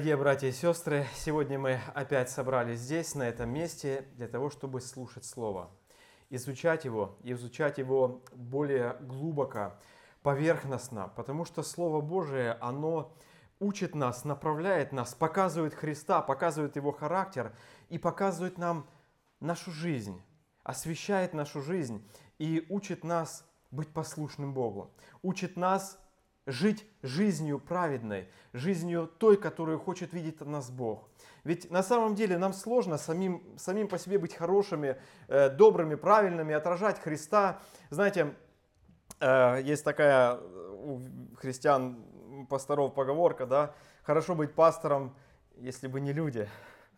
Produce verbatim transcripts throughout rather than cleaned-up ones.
Дорогие братья и сестры, сегодня мы опять собрались здесь, на этом месте, для того, чтобы слушать Слово, изучать его, и изучать его более глубоко, поверхностно, потому что Слово Божие, оно учит нас, направляет нас, показывает Христа, показывает Его характер и показывает нам нашу жизнь, освещает нашу жизнь и учит нас быть послушным Богу, учит нас жить жизнью праведной, жизнью той, которую хочет видеть от нас Бог. Ведь на самом деле нам сложно самим, самим по себе быть хорошими, э, добрыми, правильными, отражать Христа. Знаете, э, есть такая у христиан, пасторов поговорка, да, хорошо быть пастором, если бы не люди.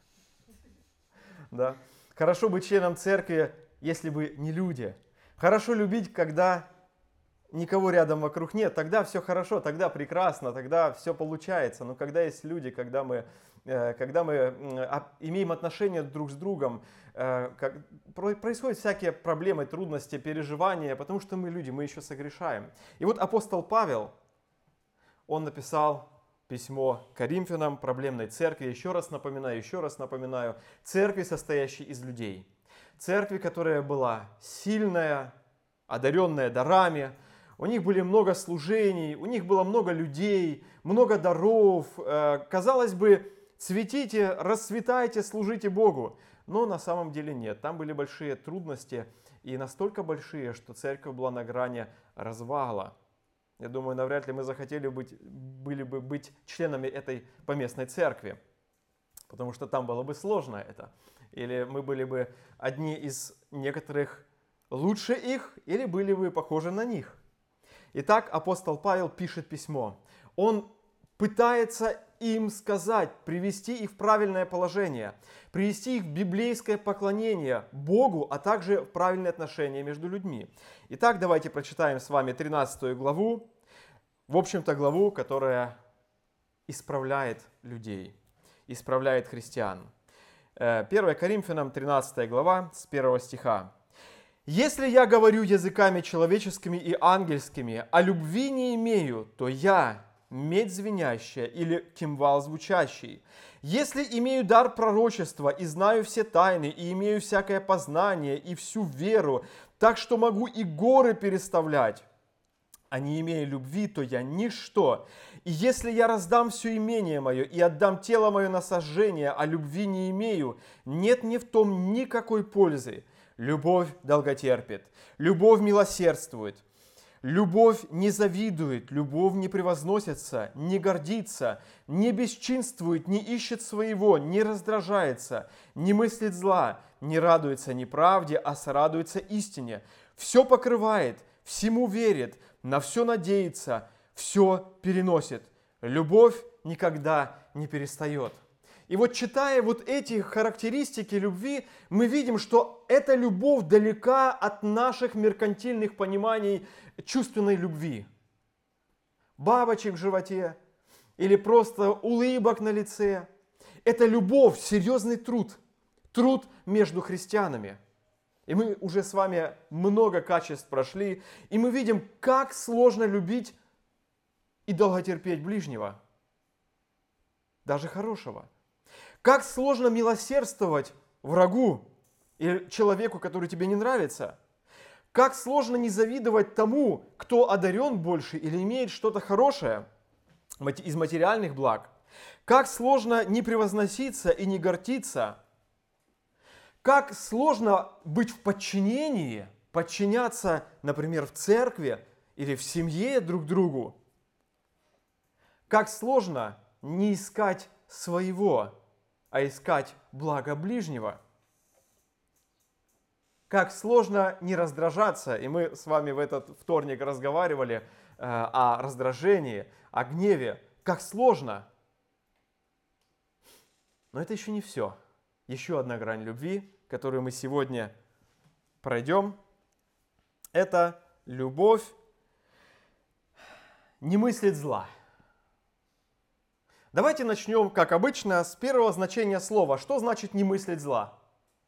Да? Хорошо быть членом церкви, если бы не люди. Хорошо любить, когда никого рядом вокруг нет, тогда все хорошо, тогда прекрасно, тогда все получается. Но когда есть люди, когда мы, когда мы имеем отношения друг с другом, происходят всякие проблемы, трудности, переживания, потому что мы люди, мы еще согрешаем. И вот апостол Павел, он написал письмо Коринфянам, проблемной церкви, еще раз напоминаю, еще раз напоминаю, церкви, состоящей из людей. Церкви, которая была сильная, одаренная дарами. У них были много служений, у них было много людей, много даров. Казалось бы, цветите, расцветайте, служите Богу. Но на самом деле нет. Там были большие трудности, и настолько большие, что церковь была на грани развала. Я думаю, навряд ли мы захотели быть, были бы быть членами этой поместной церкви, потому что там было бы сложно это. Или мы были бы одни из некоторых лучше их, или были бы похожи на них. Итак, апостол Павел пишет письмо. Он пытается им сказать, привести их в правильное положение, привести их в библейское поклонение Богу, а также в правильные отношения между людьми. Итак, давайте прочитаем с вами тринадцатую главу, в общем-то главу, которая исправляет людей, исправляет христиан. первое Коринфянам, тринадцатая глава, с первого стиха. «Если я говорю языками человеческими и ангельскими, а любви не имею, то я медь звенящая или кимвал звучащий. Если имею дар пророчества и знаю все тайны, и имею всякое познание и всю веру, так что могу и горы переставлять, а не имея любви, то я ничто. И если я раздам все имение мое и отдам тело мое на сожжение, а любви не имею, нет мне в том никакой пользы. Любовь долготерпит, любовь милосердствует, любовь не завидует, любовь не превозносится, не гордится, не бесчинствует, не ищет своего, не раздражается, не мыслит зла, не радуется неправде, а сорадуется истине. Все покрывает, всему верит, на все надеется, все переносит. Любовь никогда не перестает». И вот читая вот эти характеристики любви, мы видим, что эта любовь далека от наших меркантильных пониманий чувственной любви. Бабочек в животе или просто улыбок на лице. Это любовь, серьезный труд, труд между христианами. И мы уже с вами много качеств прошли, и мы видим, как сложно любить и долготерпеть ближнего, даже хорошего. Как сложно милосердствовать врагу или человеку, который тебе не нравится. Как сложно не завидовать тому, кто одарен больше или имеет что-то хорошее из материальных благ. Как сложно не превозноситься и не гордиться. Как сложно быть в подчинении, подчиняться, например, в церкви или в семье друг другу. Как сложно не искать своего, а искать благо ближнего. Как сложно не раздражаться, и мы с вами в этот вторник разговаривали э, о раздражении, о гневе. Как сложно. Но это еще не все. Еще одна грань любви, которую мы сегодня пройдем, это любовь не мыслит зла. Давайте начнем, как обычно, с первого значения слова. Что значит не мыслить зла?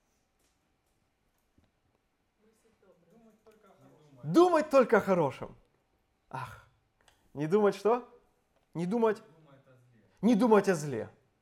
Думать только о хорошем. Ах, не думать что? Не думать? Не думать о зле.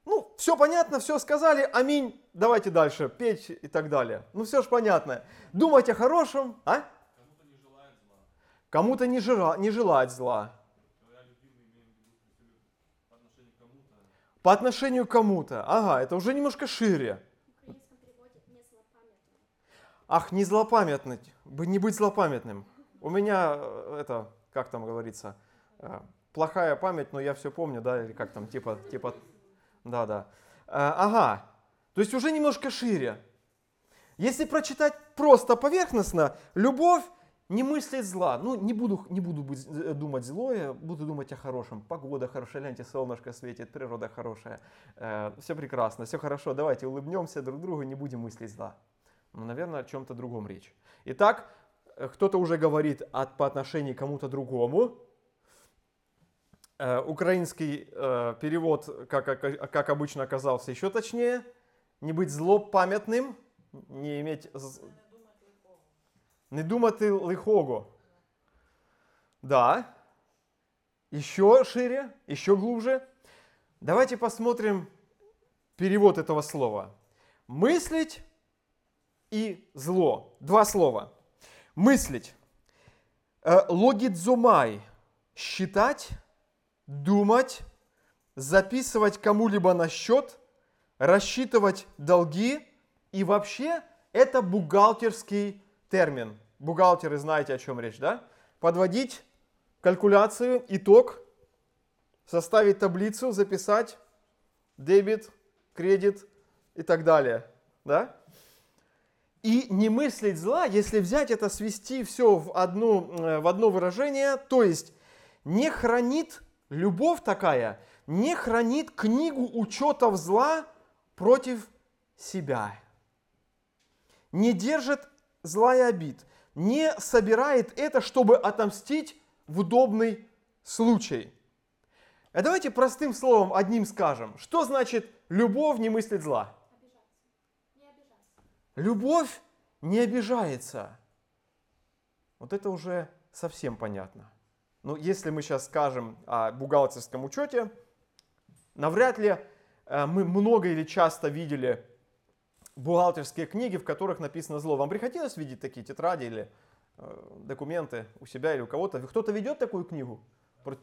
Ну, все понятно, все сказали, аминь, давайте дальше, петь и так далее. Ну, все же понятно. Думать о хорошем, а? Кому-то не желает зла. Кому-то не, жира, не желать зла. Говоря любимый, имеем в виду, если по отношению к кому-то. По отношению к кому-то. Ага, это уже немножко шире. В украинском переводе не злопамятный. Ах, не злопамятный, бы- не быть злопамятным. У меня э, это, как там говорится, э, плохая память, но я все помню, да, или как там, типа, типа, да-да. Э, Ага, то есть уже немножко шире. Если прочитать просто поверхностно, любовь не мыслит зла. Ну, не буду, не буду быть, э, думать злое, буду думать о хорошем. Погода хорошая, гляньте, солнышко светит, природа хорошая. Э, все прекрасно, все хорошо, давайте улыбнемся друг другу, не будем мыслить зла. Ну, наверное, о чем-то другом речь. Итак, э, кто-то уже говорит от, по отношению к кому-то другому. Э, украинский э, перевод, как, ока- как обычно, оказался еще точнее. Не быть злопамятным, не иметь... з- Не думати лихого. Да. Еще шире, еще глубже. Давайте посмотрим перевод этого слова. Мыслить и зло. Два слова. Мыслить. Э, Логидзомай. Считать, думать, записывать кому-либо на счет, рассчитывать долги. И вообще это бухгалтерский термин. Бухгалтеры знаете, о чем речь, да? Подводить калькуляцию, итог, составить таблицу, записать дебет, кредит и так далее, да? И не мыслить зла, если взять это, свести все в, одну, э, в одно выражение, то есть не хранит, любовь такая, не хранит книгу учетов зла против себя. Не держит зла и обид, не собирает это, чтобы отомстить в удобный случай. А давайте простым словом одним скажем, что значит любовь не мыслит зла? Обижаться. Не обижаться. Любовь не обижается. Вот это уже совсем понятно. Но если мы сейчас скажем о бухгалтерском учете, навряд ли э, мы много или часто видели бухгалтерские книги, в которых написано зло. Вам приходилось видеть такие тетради или э, документы у себя или у кого-то? Кто-то ведет такую книгу? Про-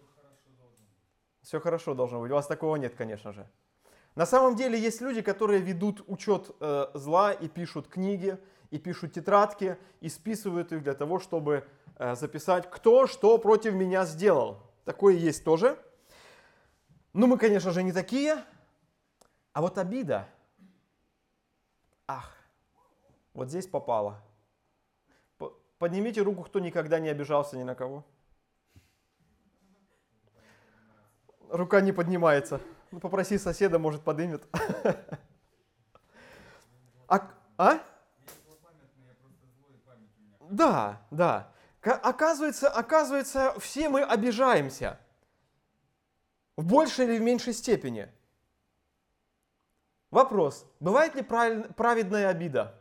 Все хорошо должно быть. У вас такого нет, конечно же. На самом деле есть люди, которые ведут учет э, зла и пишут книги, и пишут тетрадки, и списывают их для того, чтобы э, записать, кто что против меня сделал. Такое есть тоже. Ну, мы, конечно же, не такие. А вот обида. Ах, вот здесь попало. П- Поднимите руку, кто никогда не обижался ни на кого. Рука не поднимается. Ну, попроси соседа, может, подымет. А? а? Да, да. Ка- Оказывается, оказывается, все мы обижаемся. В большей или в меньшей степени. Вопрос. Бывает ли правиль- праведная обида?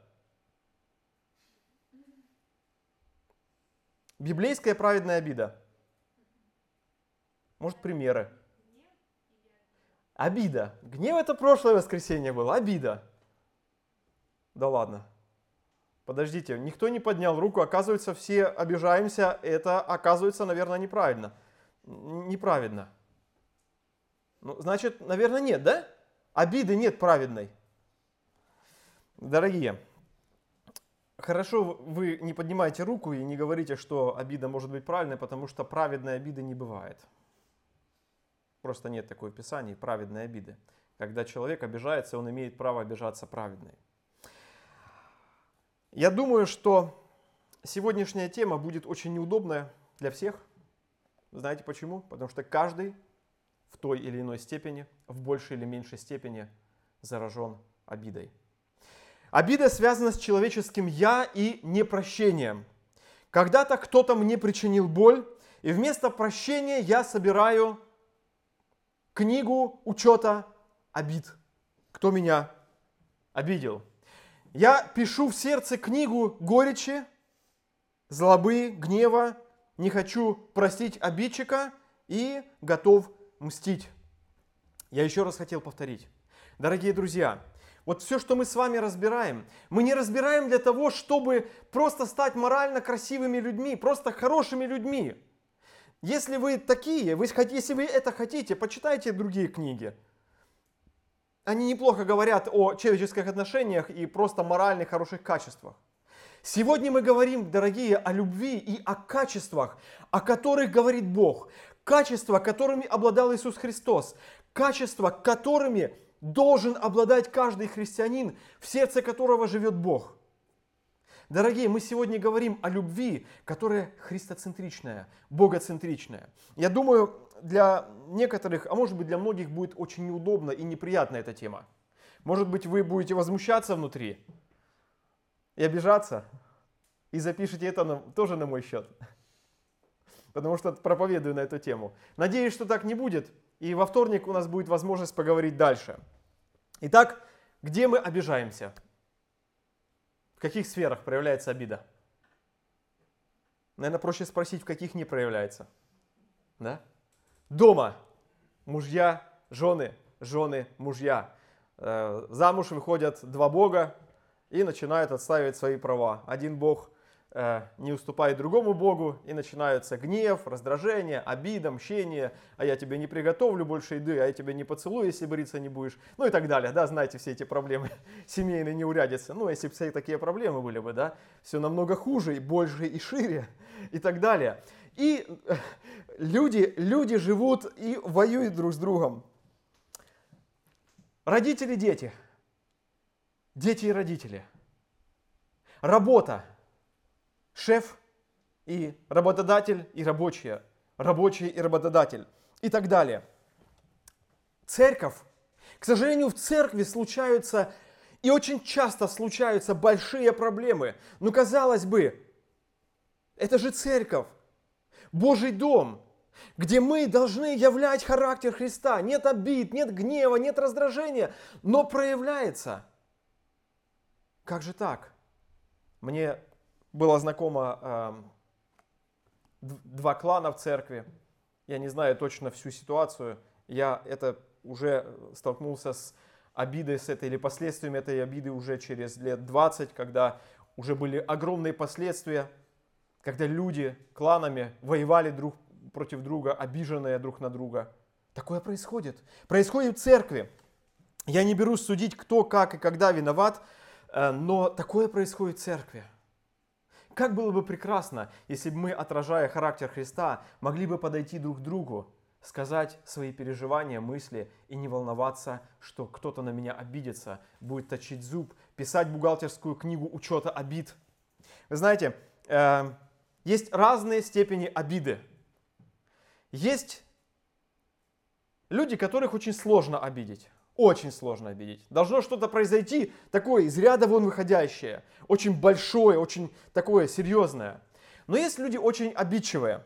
Библейская праведная обида. Может, примеры? Обида. Гнев — это прошлое воскресенье было. Обида. Да ладно. Подождите, никто не поднял руку. Оказывается, все обижаемся. Это, оказывается, наверное, неправильно. Н- Неправедно. Ну, значит, наверное, нет, да? Обиды нет праведной. Дорогие, хорошо вы не поднимаете руку и не говорите, что обида может быть правильной, потому что праведной обиды не бывает. Просто нет такой в Писании праведной обиды. Когда человек обижается, он имеет право обижаться праведной. Я думаю, что сегодняшняя тема будет очень неудобная для всех. Знаете почему? Потому что каждый в той или иной степени, в большей или меньшей степени заражен обидой. Обида связана с человеческим «я» и непрощением. Когда-то кто-то мне причинил боль, и вместо прощения я собираю книгу учета обид. Кто меня обидел? Я пишу в сердце книгу горечи, злобы, гнева, не хочу простить обидчика и готов мстить. Я еще раз хотел повторить. Дорогие друзья, вот все, что мы с вами разбираем, мы не разбираем для того, чтобы просто стать морально красивыми людьми, просто хорошими людьми. Если вы такие, вы, если вы это хотите, почитайте другие книги. Они неплохо говорят о человеческих отношениях и просто моральных хороших качествах. Сегодня мы говорим, дорогие, о любви и о качествах, о которых говорит Бог. Качества, которыми обладал Иисус Христос. Качества, которыми должен обладать каждый христианин, в сердце которого живет Бог. Дорогие, мы сегодня говорим о любви, которая христоцентричная, богоцентричная. Я думаю, для некоторых, а может быть для многих будет очень неудобна и неприятна эта тема. Может быть, вы будете возмущаться внутри и обижаться, и запишите это на, тоже на мой счет, потому что проповедую на эту тему. Надеюсь, что так не будет, и во вторник у нас будет возможность поговорить дальше. Итак, где мы обижаемся? В каких сферах проявляется обида? Наверное, проще спросить, в каких не проявляется. Да? Дома. Мужья, жены, жены, мужья. Э, замуж выходят два бога и начинают отстаивать свои права. Один бог э, не уступает другому богу, и начинаются гнев, раздражение, обида, мщение. А я тебе не приготовлю больше еды, а я тебя не поцелую, если бриться не будешь. Ну и так далее. Да, знаете все эти проблемы семейные неурядицы. Ну, если бы все такие проблемы были бы, да, все намного хуже, и больше, и шире, и так далее. И люди, люди живут и воюют друг с другом. Родители, дети. Дети и родители. Работа. Шеф и работодатель и рабочие. Рабочий и работодатель. И так далее. Церковь. К сожалению, в церкви случаются, и очень часто случаются большие проблемы. Но казалось бы, это же церковь. Божий дом, где мы должны являть характер Христа. Нет обид, нет гнева, нет раздражения, но проявляется. Как же так? Мне было знакомо э, два клана в церкви. Я не знаю точно всю ситуацию. Я это уже столкнулся с обидой, с этой или последствиями этой обиды уже через лет двадцать, когда уже были огромные последствия. Когда люди кланами воевали друг против друга, обиженные друг на друга. Такое происходит. Происходит в церкви. Я не берусь судить, кто, как и когда виноват, но такое происходит в церкви. Как было бы прекрасно, если бы мы, отражая характер Христа, могли бы подойти друг к другу, сказать свои переживания, мысли и не волноваться, что кто-то на меня обидится, будет точить зуб, писать бухгалтерскую книгу учета обид. Вы знаете, есть разные степени обиды. Есть люди, которых очень сложно обидеть. Очень сложно обидеть. Должно что-то произойти такое из ряда вон выходящее. Очень большое, очень такое серьезное. Но есть люди очень обидчивые.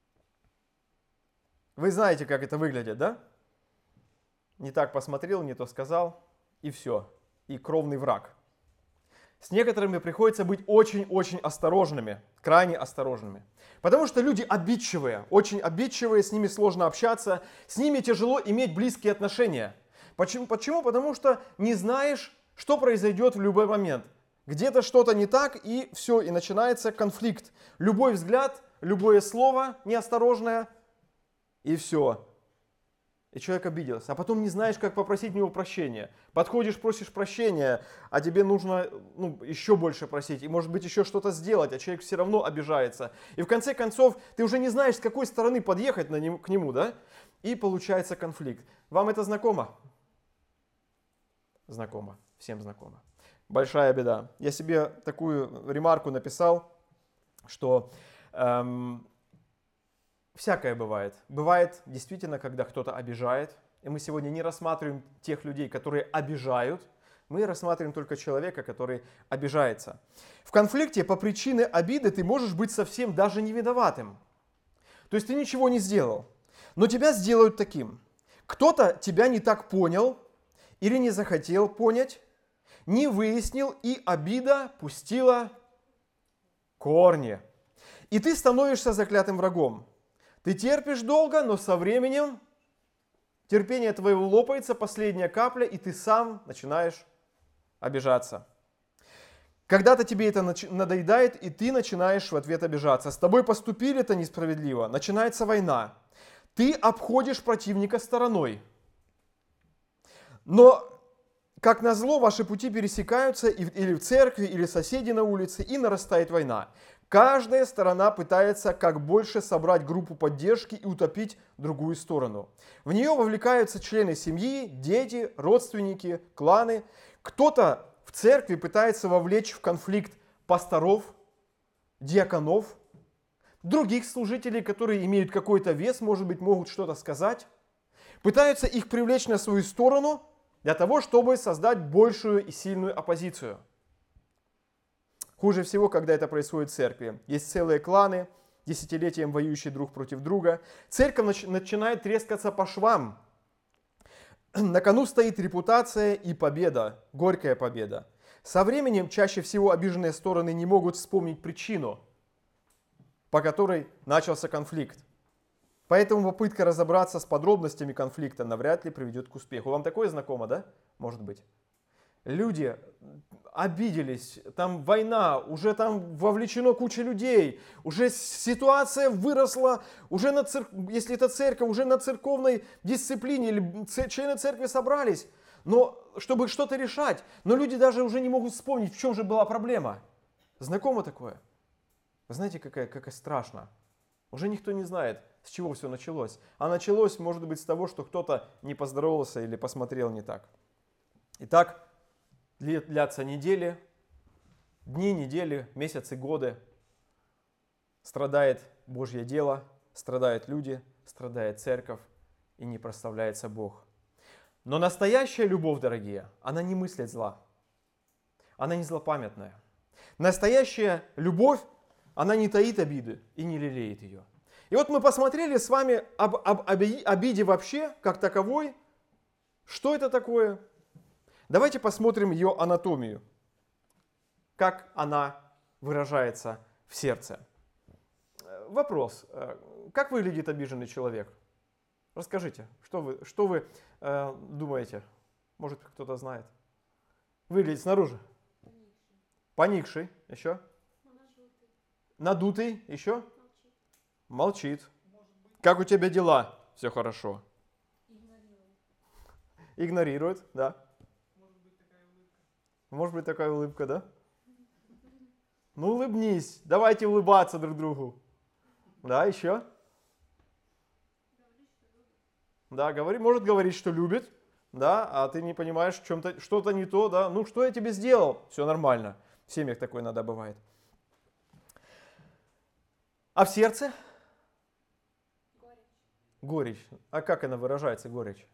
Вы знаете, как это выглядит, да? Не так посмотрел, не то сказал, и все. И кровный враг. С некоторыми приходится быть очень-очень осторожными, крайне осторожными. Потому что люди обидчивые, очень обидчивые, с ними сложно общаться, с ними тяжело иметь близкие отношения. Почему? Почему? Потому что не знаешь, что произойдет в любой момент. Где-то что-то не так, и все, и начинается конфликт. Любой взгляд, любое слово неосторожное, и все. И человек обиделся. А потом не знаешь, как попросить у него прощения. Подходишь, просишь прощения, а тебе нужно ну, еще больше просить. И может быть еще что-то сделать, а человек все равно обижается. И в конце концов ты уже не знаешь, с какой стороны подъехать на нем, к нему, да? И получается конфликт. Вам это знакомо? Знакомо. Всем знакомо. Большая беда. Я себе такую ремарку написал, что... Эм, Всякое бывает. Бывает действительно, когда кто-то обижает. И мы сегодня не рассматриваем тех людей, которые обижают. Мы рассматриваем только человека, который обижается. В конфликте по причине обиды ты можешь быть совсем даже не виноватым. То есть ты ничего не сделал. Но тебя сделают таким. Кто-то тебя не так понял или не захотел понять, не выяснил, и обида пустила корни. И ты становишься заклятым врагом. Ты терпишь долго, но со временем терпение твоего лопается, последняя капля, и ты сам начинаешь обижаться. Когда-то тебе это надоедает, и ты начинаешь в ответ обижаться. С тобой поступили это несправедливо, начинается война. Ты обходишь противника стороной. Но, как назло, ваши пути пересекаются или в церкви, или соседи на улице, и нарастает война. Каждая сторона пытается как больше собрать группу поддержки и утопить другую сторону. В нее вовлекаются члены семьи, дети, родственники, кланы. Кто-то в церкви пытается вовлечь в конфликт пасторов, диаконов, других служителей, которые имеют какой-то вес, может быть, могут что-то сказать. Пытаются их привлечь на свою сторону для того, чтобы создать большую и сильную оппозицию. Хуже всего, когда это происходит в церкви. Есть целые кланы, десятилетием воюющие друг против друга. Церковь начинает трескаться по швам. На кону стоит репутация и победа, горькая победа. Со временем чаще всего обиженные стороны не могут вспомнить причину, по которой начался конфликт. Поэтому попытка разобраться с подробностями конфликта навряд ли приведет к успеху. Вам такое знакомо, да? Может быть. Люди обиделись, там война, уже там вовлечено куча людей, уже ситуация выросла, уже на церк... если это церковь, уже на церковной дисциплине, или члены церкви собрались, но чтобы что-то решать, но люди даже уже не могут вспомнить, в чем же была проблема. Знакомо такое? Вы знаете, какая, какая страшно. Уже никто не знает, с чего все началось. А началось, может быть, с того, что кто-то не поздоровался или посмотрел не так. Итак, длятся недели, дни, недели, месяцы, годы. Страдает Божье дело, страдают люди, страдает церковь и не прославляется Бог. Но настоящая любовь, дорогие, она не мыслит зла. Она не злопамятная. Настоящая любовь, она не таит обиды и не лелеет ее. И вот мы посмотрели с вами об, об обиде вообще, как таковой. Что это такое? Давайте посмотрим ее анатомию, как она выражается в сердце. Вопрос. Как выглядит обиженный человек? Расскажите, что вы, что вы э, думаете? Может, кто-то знает. Выглядит снаружи? Поникший. Еще? Надутый. Еще? Молчит. Как у тебя дела? Все хорошо. Игнорирует, да. Может быть такая улыбка, да? Ну улыбнись, давайте улыбаться друг другу. Да, еще? Да, говори, может говорить, что любит, да, а ты не понимаешь, в чем-то, что-то не то, да. Ну что я тебе сделал? Все нормально. В семьях такое иногда бывает. А в сердце? Горечь. Горечь. А как она выражается, горечь?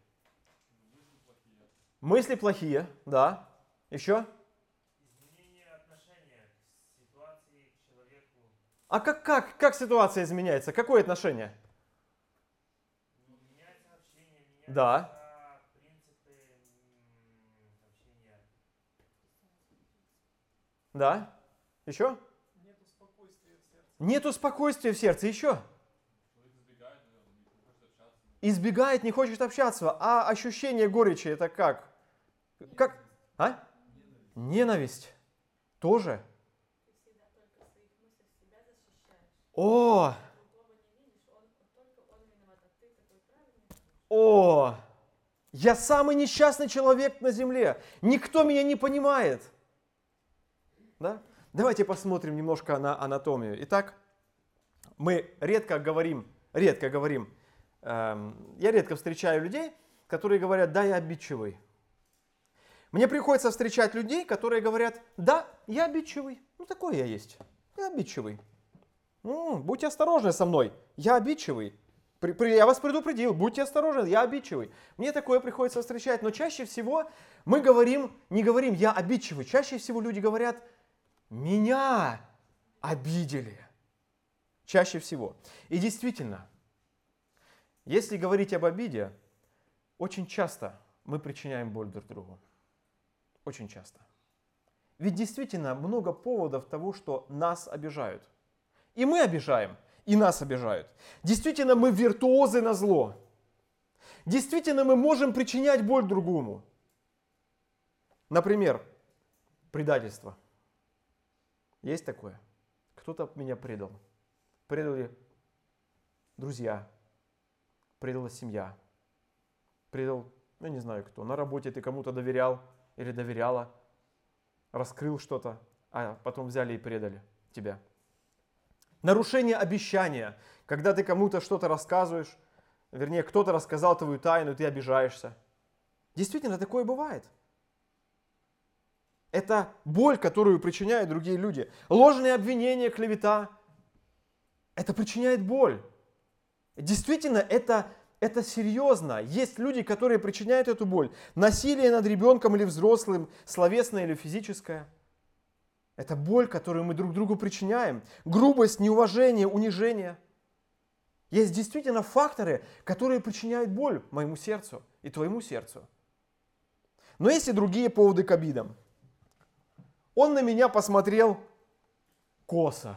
Мысли плохие, да. Еще? Изменение отношения к ситуации, к человеку. А как, как, как ситуация изменяется? Какое отношение? Ну, меняется общение, меняются Да. принципы м, общения. Да. Еще? Нету спокойствия в сердце. Нету спокойствия в сердце. Еще? Человек избегает, наверное, не хочет общаться. Избегает, не хочет общаться. А ощущение горечи это как? Как? А? Ненависть. Тоже. Ты всегда только в своих мыслях себя защищаешь. О! Другого не видишь, он, только он виноват, а ты такой правильный. О! Я самый несчастный человек на земле. Никто меня не понимает. Да? Давайте посмотрим немножко на анатомию. Итак, мы редко говорим, редко говорим, эм, я редко встречаю людей, которые говорят, да, я обидчивый. Мне приходится встречать людей, которые говорят, да, я обидчивый. Ну, такой я есть. Я обидчивый. Ну, будьте осторожны со мной. Я обидчивый. При, при, я вас предупредил, будьте осторожны, я обидчивый. Мне такое приходится встречать, но чаще всего мы говорим, не говорим, я обидчивый. Чаще всего люди говорят, меня обидели. Чаще всего. И действительно, если говорить об обиде, очень часто мы причиняем боль друг другу. Очень часто. Ведь действительно много поводов того, что нас обижают. И мы обижаем, и нас обижают. Действительно, мы виртуозы на зло. Действительно, мы можем причинять боль другому. Например, предательство. Есть такое? Кто-то меня предал. Предали друзья, предала семья, предал, я не знаю кто, на работе ты кому-то доверял или доверяла, раскрыл что-то, а потом взяли и предали тебя. Нарушение обещания, когда ты кому-то что-то рассказываешь, вернее, кто-то рассказал твою тайну, и ты обижаешься. Действительно, такое бывает. Это боль, которую причиняют другие люди. Ложные обвинения, клевета. Это причиняет боль. Действительно, это, это серьезно. Есть люди, которые причиняют эту боль. Насилие над ребенком или взрослым, словесное или физическое. Это боль, которую мы друг другу причиняем. Грубость, неуважение, унижение. Есть действительно факторы, которые причиняют боль моему сердцу и твоему сердцу. Но есть и другие поводы к обидам. Он на меня посмотрел косо.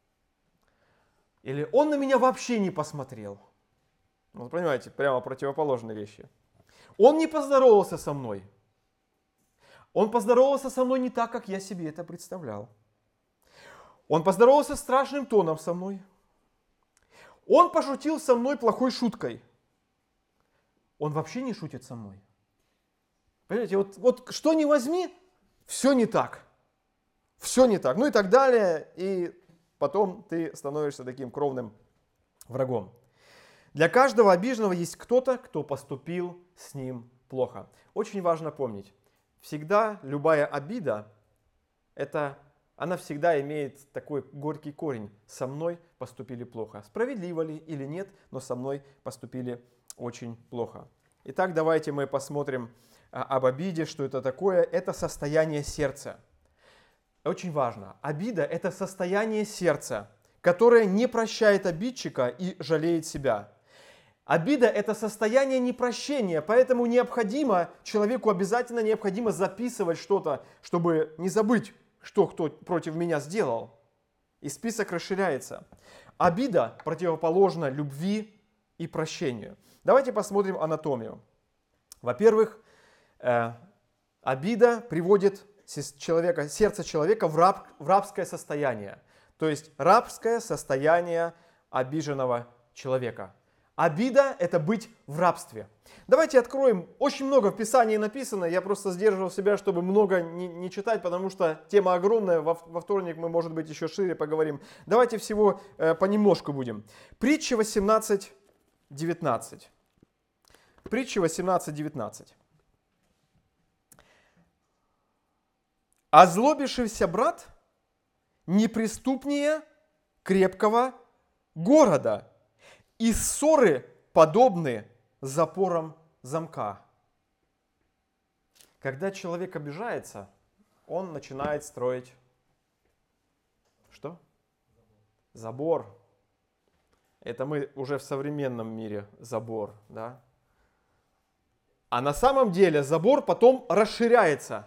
Или он на меня вообще не посмотрел. Вот понимаете, прямо противоположные вещи. Он не поздоровался со мной. Он поздоровался со мной не так, как я себе это представлял. Он поздоровался страшным тоном со мной. Он пошутил со мной плохой шуткой. Он вообще не шутит со мной. Понимаете, вот, вот что ни возьми, все не так. Все не так. Ну и так далее. И потом ты становишься таким кровным врагом. Для каждого обиженного есть кто-то, кто поступил с ним плохо. Очень важно помнить. Всегда любая обида, это, она всегда имеет такой горький корень. Со мной поступили плохо. Справедливо ли или нет, но со мной поступили очень плохо. Итак, давайте мы посмотрим а, об обиде, что это такое. Это состояние сердца. Очень важно. Обида – это состояние сердца, которое не прощает обидчика и жалеет себя. Обида – это состояние непрощения, поэтому необходимо, человеку обязательно необходимо записывать что-то, чтобы не забыть, что кто против меня сделал. И список расширяется. Обида противоположна любви и прощению. Давайте посмотрим анатомию. Во-первых, э, обида приводит человека, сердце человека в, раб, в рабское состояние. То есть рабское состояние обиженного человека. Обида – это быть в рабстве. Давайте откроем. Очень много в Писании написано. Я просто сдерживал себя, чтобы много не, не читать, потому что тема огромная. Во, во вторник мы, может быть, еще шире поговорим. Давайте всего э, понемножку будем. Притча восемнадцать девятнадцать. Притча восемнадцать девятнадцать. Озлобившийся брат неприступнее крепкого города, и ссоры подобны запорам замка. Когда человек обижается, он начинает строить что? Забор. Это мы уже в современном мире забор, да? А на самом деле забор потом расширяется.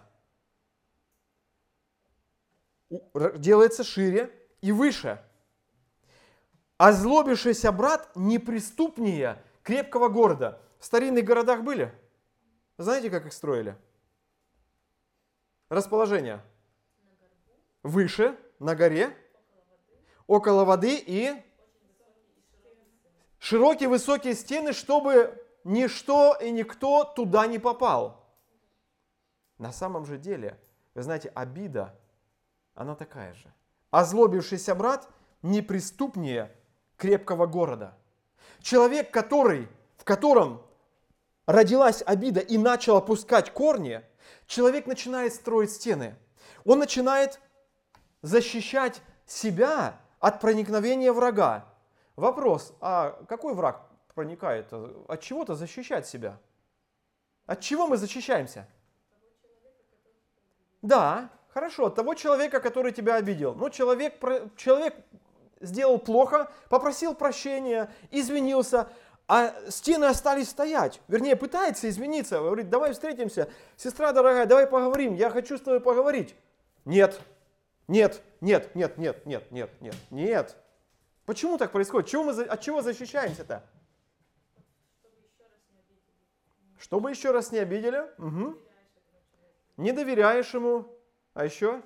Делается шире и выше. Озлобившийся брат неприступнее крепкого города. В старинных городах были? Знаете, как их строили? Расположение. Выше, на горе, около воды и широкие высокие стены, чтобы ничто и никто туда не попал. На самом же деле, вы знаете, обида, она такая же. Озлобившийся брат неприступнее крепкого города. Человек, который, в котором родилась обида и начал опускать корни, человек начинает строить стены. Он начинает защищать себя от проникновения врага. Вопрос, а какой враг проникает? От чего-то защищать себя? От чего мы защищаемся? Да, хорошо, от того человека, который тебя обидел. Но человек, человек сделал плохо, попросил прощения, извинился, а стены остались стоять. Вернее, пытается извиниться, говорит, давай встретимся. Сестра дорогая, давай поговорим, я хочу с тобой поговорить. Нет, нет, нет, нет, нет, нет, нет, нет, нет. Почему так происходит? Чего мы, от чего защищаемся-то? Чтобы еще раз не обидели. Угу. Не доверяешь ему. А еще?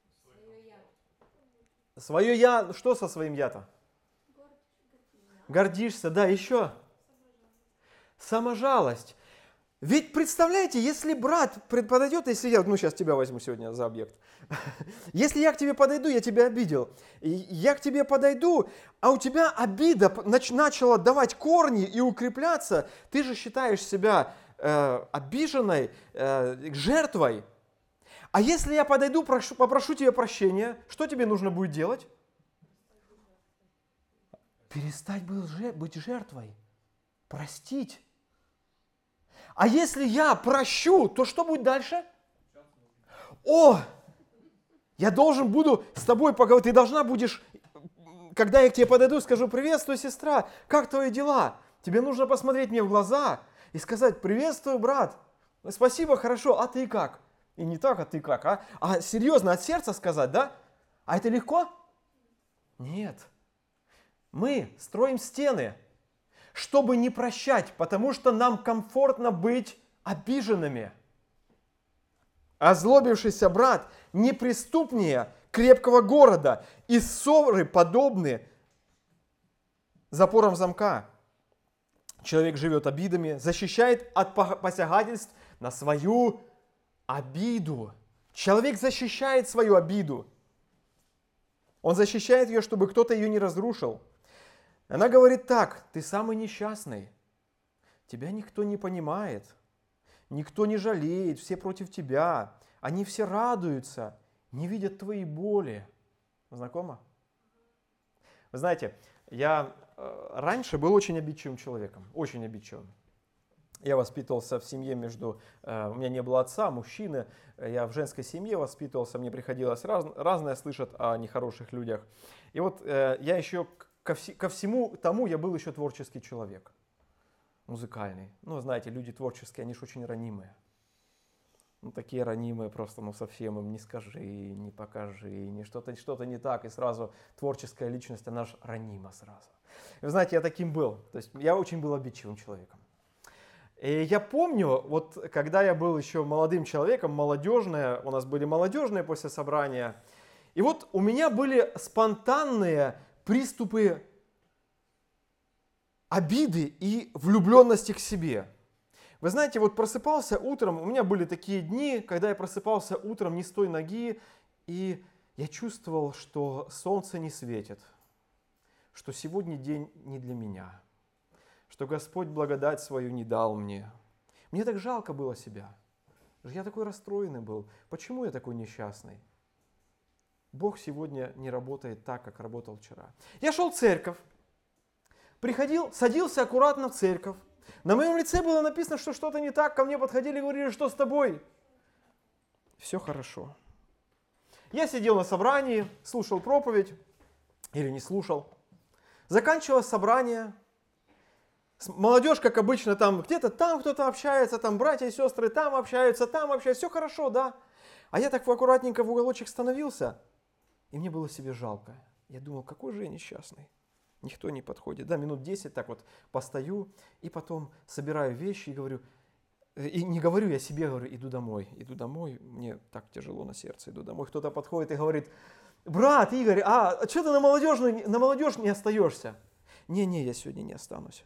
Свое я. Что со своим я-то? Гордишься, да, еще. Саможалость. Ведь представляете, если брат подойдет, если я, ну сейчас тебя возьму сегодня за объект, если я к тебе подойду, я тебя обидел, я к тебе подойду, а у тебя обида нач- начала давать корни и укрепляться, ты же считаешь себя э, обиженной, э, жертвой. А если я подойду, прошу, попрошу тебе прощения, что тебе нужно будет делать? Перестать быть жертвой, простить. А если я прощу, то что будет дальше? О, я должен буду с тобой поговорить. Ты должна будешь, когда я к тебе подойду, скажу: приветствую, сестра, как твои дела? Тебе нужно посмотреть мне в глаза и сказать: приветствую, брат, спасибо, хорошо, а ты как? И не так, а ты как, а? А серьезно, от сердца сказать, да? А это легко? Нет. Мы строим стены, чтобы не прощать, потому что нам комфортно быть обиженными. Озлобившийся брат неприступнее крепкого города, и ссоры подобны запорам замка. Человек живет обидами, защищает от посягательств на свою обиду. Человек защищает свою обиду. Он защищает ее, чтобы кто-то ее не разрушил. Она говорит так: ты самый несчастный, тебя никто не понимает, никто не жалеет, все против тебя, они все радуются, не видят твоей боли. Знакомо? Вы знаете, я раньше был очень обидчивым человеком, очень обидчивым. Я воспитывался в семье между... У меня не было отца, мужчины. Я в женской семье воспитывался, мне приходилось раз, разное слышать о нехороших людях. И вот я еще ко, вс, ко всему тому я был еще творческий человек, музыкальный. Ну, знаете, люди творческие, они же очень ранимые. Ну, такие ранимые просто, ну, совсем им не скажи, не покажи, не что-то, что-то не так, и сразу творческая личность, она же ранима сразу. И вы знаете, я таким был. То есть я очень был обидчивым человеком. И я помню, вот когда я был еще молодым человеком, молодежные, у нас были молодежные после собрания, и вот у меня были спонтанные приступы обиды и влюбленности к себе. Вы знаете, вот просыпался утром, у меня были такие дни, когда я просыпался утром не с той ноги, и я чувствовал, что солнце не светит, что сегодня день не для меня, что Господь благодать свою не дал мне. Мне так жалко было себя. Я такой расстроенный был. Почему я такой несчастный? Бог сегодня не работает так, как работал вчера. Я шел в церковь, приходил, садился аккуратно в церковь. На моем лице было написано, что что-то не так. Ко мне подходили и говорили: что с тобой? Все хорошо. Я сидел на собрании, слушал проповедь или не слушал. Заканчивалось собрание. Молодежь, как обычно, там где-то там кто-то общается, там братья и сестры там общаются, там общаются, все хорошо, да. А я так аккуратненько в уголочек становился, и мне было себе жалко. Я думал, какой же я несчастный. Никто не подходит. Да, минут десять так вот постою, и потом собираю вещи и говорю, и не говорю, я себе говорю: иду домой, иду домой, мне так тяжело на сердце, иду домой. Кто-то подходит и говорит: брат Игорь, а что ты на молодежь, на молодежь не остаешься? Не-не, я сегодня не останусь.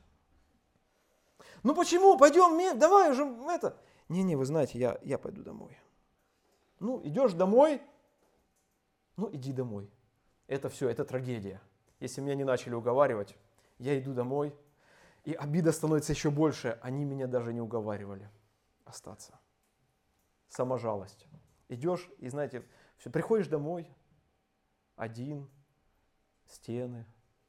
Ну почему? Пойдем, давай уже это. Не-не, вы знаете, я, я пойду домой. Ну, идешь домой, ну иди домой. Это все, это трагедия. Если меня не начали уговаривать, я иду домой, и обида становится еще больше. Они меня даже не уговаривали остаться. Саможалость. Идешь и, знаете, все, приходишь домой, один, стены,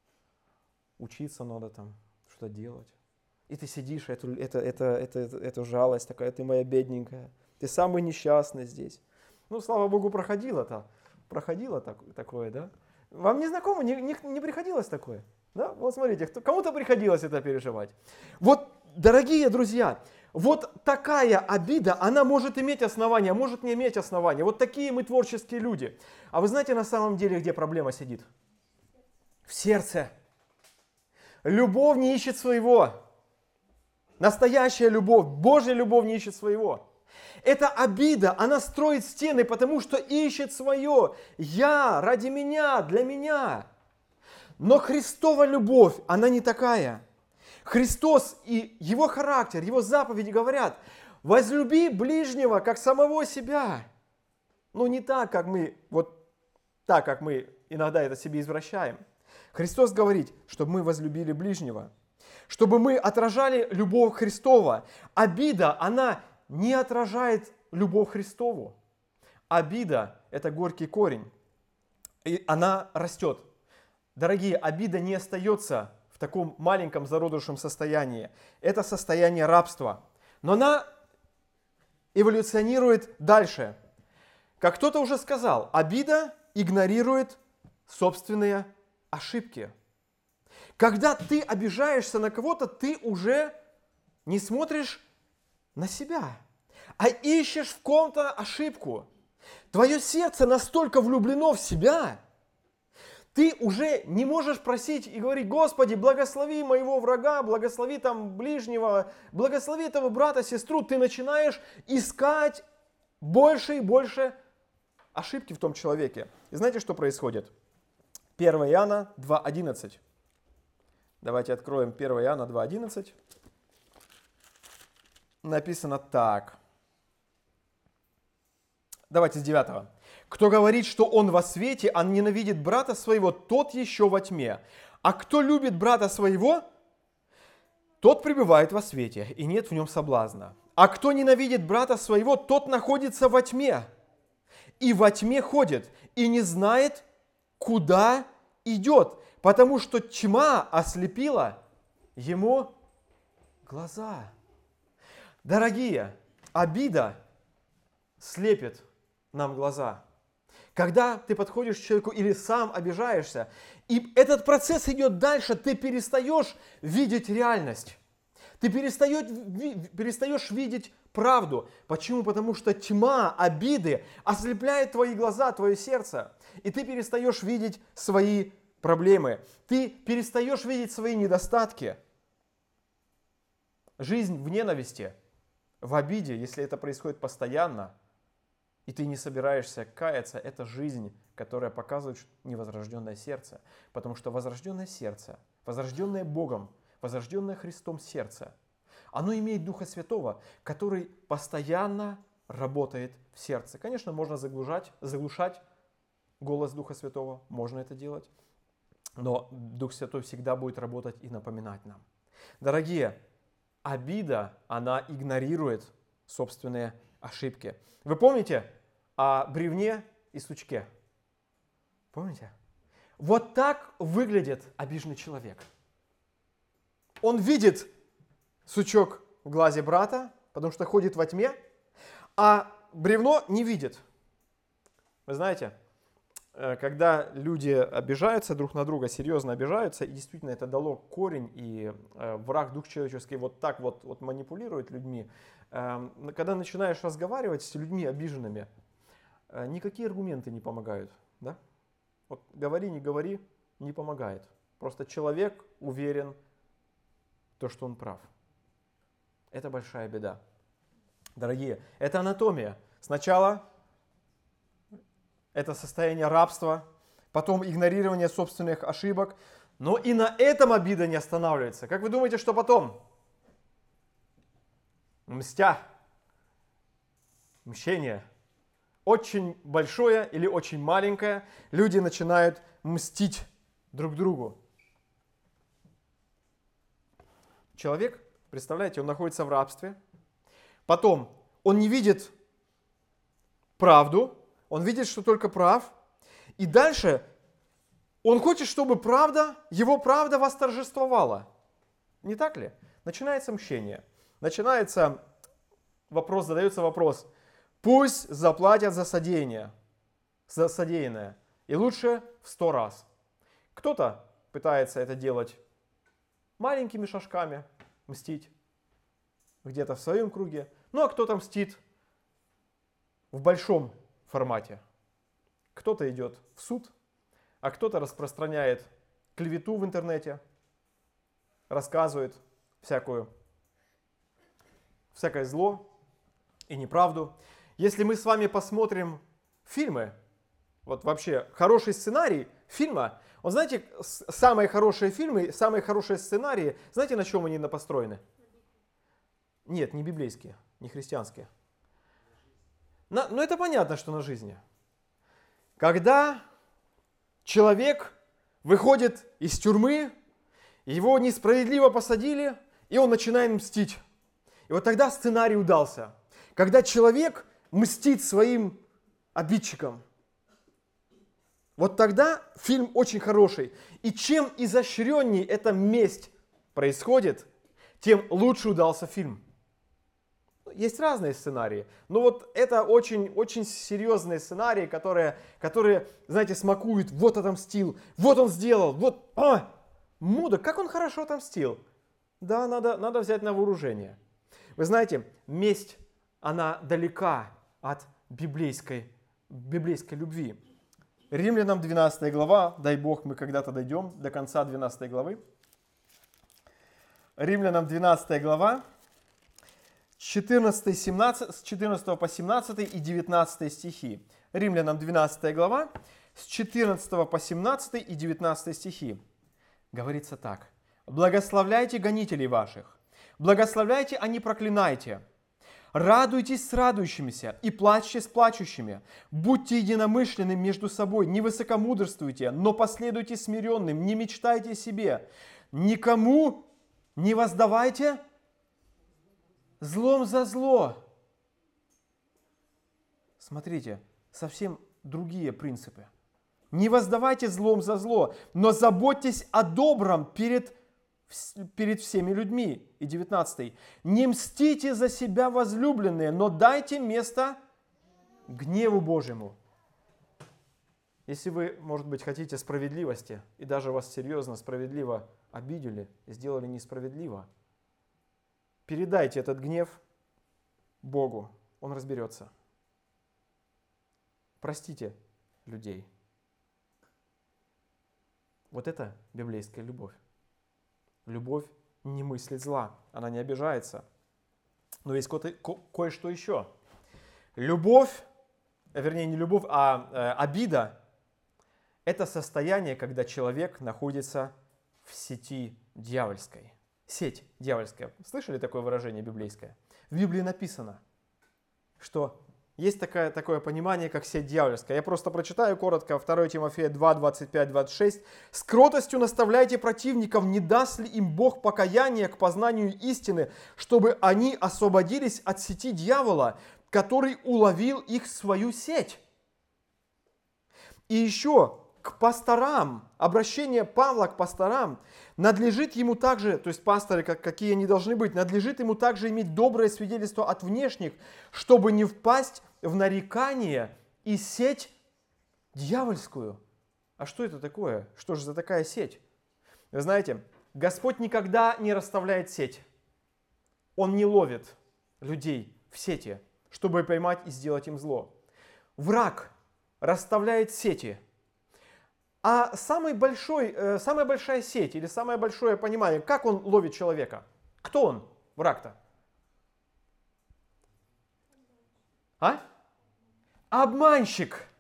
учиться надо там, что делать. И ты сидишь, эту, это, это, это, это, эту жалость такая: ты моя бедненькая, ты самый несчастный здесь. Ну, слава Богу, проходило-то, проходило так, такое, да? Вам не знакомо, не, не, не приходилось такое? Да? Вот смотрите, кто, кому-то приходилось это переживать. Вот, дорогие друзья, вот такая обида, она может иметь основания, может не иметь основания. Вот такие мы творческие люди. А вы знаете на самом деле, где проблема сидит? В сердце. Любовь не ищет своего. Настоящая любовь, Божья любовь не ищет своего. Эта обида, она строит стены, потому что ищет свое. Я, ради меня, для меня. Но Христова любовь, она не такая. Христос и Его характер, Его заповеди говорят: возлюби ближнего, как самого себя. Ну не так, как мы, вот так, как мы иногда это себе извращаем. Христос говорит, чтобы мы возлюбили ближнего, чтобы мы отражали любовь Христова. Обида, она не отражает любовь Христову. Обида – это горький корень, и она растет. Дорогие, обида не остается в таком маленьком зародышем состоянии. Это состояние рабства. Но она эволюционирует дальше. Как кто-то уже сказал, обида игнорирует собственные ошибки. Когда ты обижаешься на кого-то, ты уже не смотришь на себя, а ищешь в ком-то ошибку. Твое сердце настолько влюблено в себя, ты уже не можешь просить и говорить: Господи, благослови моего врага, благослови там ближнего, благослови этого брата, сестру. Ты начинаешь искать больше и больше ошибки в том человеке. И знаете, что происходит? первое Иоанна два одиннадцать. Давайте откроем первое Иоанна два одиннадцать. Написано так. Давайте с девятого. Кто говорит, что он во свете, а ненавидит брата своего, тот еще во тьме. А кто любит брата своего, тот пребывает во свете, и нет в нем соблазна. А кто ненавидит брата своего, тот находится во тьме. И во тьме ходит, и не знает, куда идет, потому что тьма ослепила ему глаза. Дорогие, обида слепит нам глаза. Когда ты подходишь к человеку или сам обижаешься, и этот процесс идет дальше, ты перестаешь видеть реальность. Ты перестаешь, перестаешь видеть правду. Почему? Потому что тьма обиды ослепляет твои глаза, твое сердце. И ты перестаешь видеть свои проблемы. Ты перестаешь видеть свои недостатки. Жизнь в ненависти, в обиде, если это происходит постоянно, и ты не собираешься каяться, это жизнь, которая показывает невозрожденное сердце. Потому что возрожденное сердце, возрожденное Богом, возрожденное Христом сердце, оно имеет Духа Святого, который постоянно работает в сердце. Конечно, можно заглушать, заглушать голос Духа Святого, можно это делать, но Дух Святой всегда будет работать и напоминать нам. Дорогие, обида, она игнорирует собственные ошибки. Вы помните о бревне и сучке? Помните? Вот так выглядит обиженный человек. Он видит сучок в глазе брата, потому что ходит во тьме, а бревно не видит. Вы знаете, когда люди обижаются друг на друга, серьезно обижаются, и действительно это дало корень, и враг, дух человеческий, вот так вот, вот манипулирует людьми, когда начинаешь разговаривать с людьми обиженными, никакие аргументы не помогают. Да? Вот говори, не говори, не помогает. Просто человек уверен в том, что он прав. Это большая беда. Дорогие, это анатомия. Сначала это состояние рабства, потом игнорирование собственных ошибок, но и на этом обида не останавливается. Как вы думаете, что потом? Мстя. Мщение. Очень большое или очень маленькое. Люди начинают мстить друг другу. Человек, представляете, он находится в рабстве. Потом он не видит правду. Он видит, что только прав. И дальше он хочет, чтобы правда, его правда восторжествовала. Не так ли? Начинается мщение. Начинается вопрос, задается вопрос. Пусть заплатят за содеяние, за содеянное. И лучше в сто раз. Кто-то пытается это делать маленькими шажками, мстить где-то в своем круге. Ну а кто-то мстит в большом формате. Кто-то идет в суд, а кто-то распространяет клевету в интернете, рассказывает всякую всякое зло и неправду. Если мы с вами посмотрим фильмы, вот вообще хороший сценарий фильма, вот знаете, самые хорошие фильмы, самые хорошие сценарии, знаете, на чем они построены? Нет, не библейские, не христианские. На, ну это понятно, что на жизни. Когда человек выходит из тюрьмы, его несправедливо посадили, и он начинает мстить. И вот тогда сценарий удался. Когда человек мстит своим обидчикам, вот тогда фильм очень хороший. И чем изощреннее эта месть происходит, тем лучше удался фильм. Есть разные сценарии, но вот это очень, очень серьезные сценарии, которые, которые, знаете, смакуют, вот отомстил, вот он сделал, вот, а, мудак, как он хорошо отомстил. Да, надо, надо взять на вооружение. Вы знаете, месть, она далека от библейской, библейской любви. Римлянам двенадцатая глава, дай Бог, мы когда-то дойдем до конца двенадцатой главы. Римлянам двенадцатая глава, четырнадцатый, семнадцатый, с четырнадцатого по семнадцатый и девятнадцатый стихи. Римлянам двенадцатая глава, с четырнадцатого по семнадцатый и девятнадцатый стихи. Говорится так. «Благословляйте гонителей ваших, благословляйте, а не проклинайте. Радуйтесь с радующимися и плачьте с плачущими. Будьте единомышленными между собой, не высокомудрствуйте, но последуйте смиренным, не мечтайте о себе. Никому не воздавайте злом за зло». Смотрите, совсем другие принципы. Не воздавайте злом за зло, но заботьтесь о добром перед, перед всеми людьми. И девятнадцатый. Не мстите за себя, возлюбленные, но дайте место гневу Божьему. Если вы, может быть, хотите справедливости, и даже вас серьезно, справедливо обидели, сделали несправедливо, передайте этот гнев Богу, Он разберется. Простите людей. Вот это библейская любовь. Любовь не мыслит зла, она не обижается. Но есть ко- ко- кое-что еще. Любовь, вернее не любовь, а э, обида, это состояние, когда человек находится в сети дьявольской. Сеть дьявольская. Слышали такое выражение библейское? В Библии написано, что есть такое, такое понимание, как сеть дьявольская. Я просто прочитаю коротко второе Тимофея два, двадцать пять, двадцать шесть. «С кротостью наставляйте противников, не даст ли им Бог покаяния к познанию истины, чтобы они освободились от сети дьявола, который уловил их в свою сеть». И еще к пасторам, обращение Павла к пасторам, надлежит ему также, то есть пасторы, как, какие они должны быть, надлежит ему также иметь доброе свидетельство от внешних, чтобы не впасть в нарекание и сеть дьявольскую. А что это такое? Что же за такая сеть? Вы знаете, Господь никогда не расставляет сеть. Он не ловит людей в сети, чтобы поймать и сделать им зло. Враг расставляет сети. А самый большой, э, самая большая сеть или самое большое понимание, как он ловит человека? Кто он, враг-то? А? Обманщик.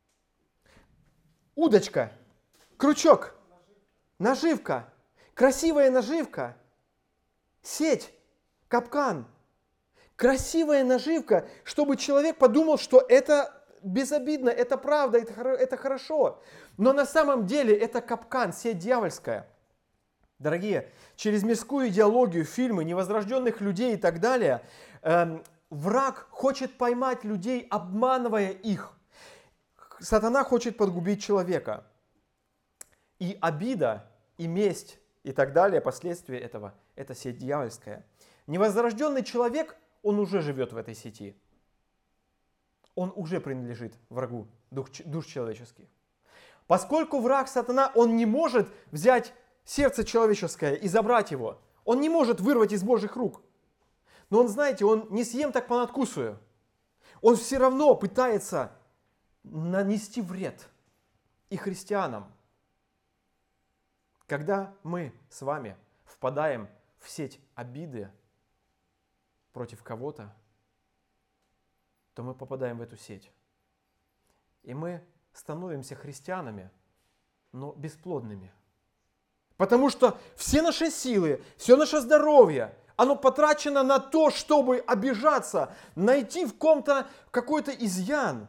Удочка. Крючок. Наживка. Красивая наживка. Сеть. Капкан. Красивая наживка, чтобы человек подумал, что это безобидно, это правда, это, это хорошо. Но на самом деле это капкан, сеть дьявольская. Дорогие, через мирскую идеологию, фильмы, невозрожденных людей и так далее, э, враг хочет поймать людей, обманывая их. Сатана хочет погубить человека. И обида, и месть, и так далее, последствия этого, это сеть дьявольская. Невозрожденный человек, он уже живет в этой сети. Он уже принадлежит врагу дух, душ человеческих. Поскольку враг сатана, он не может взять сердце человеческое и забрать его. Он не может вырвать из Божьих рук. Но он, знаете, он не съем, так понадкусую. Он все равно пытается нанести вред и христианам. Когда мы с вами впадаем в сеть обиды, против кого-то, то мы попадаем в эту сеть. И мы становимся христианами, но бесплодными. Потому что все наши силы, все наше здоровье, оно потрачено на то, чтобы обижаться, найти в ком-то какой-то изъян.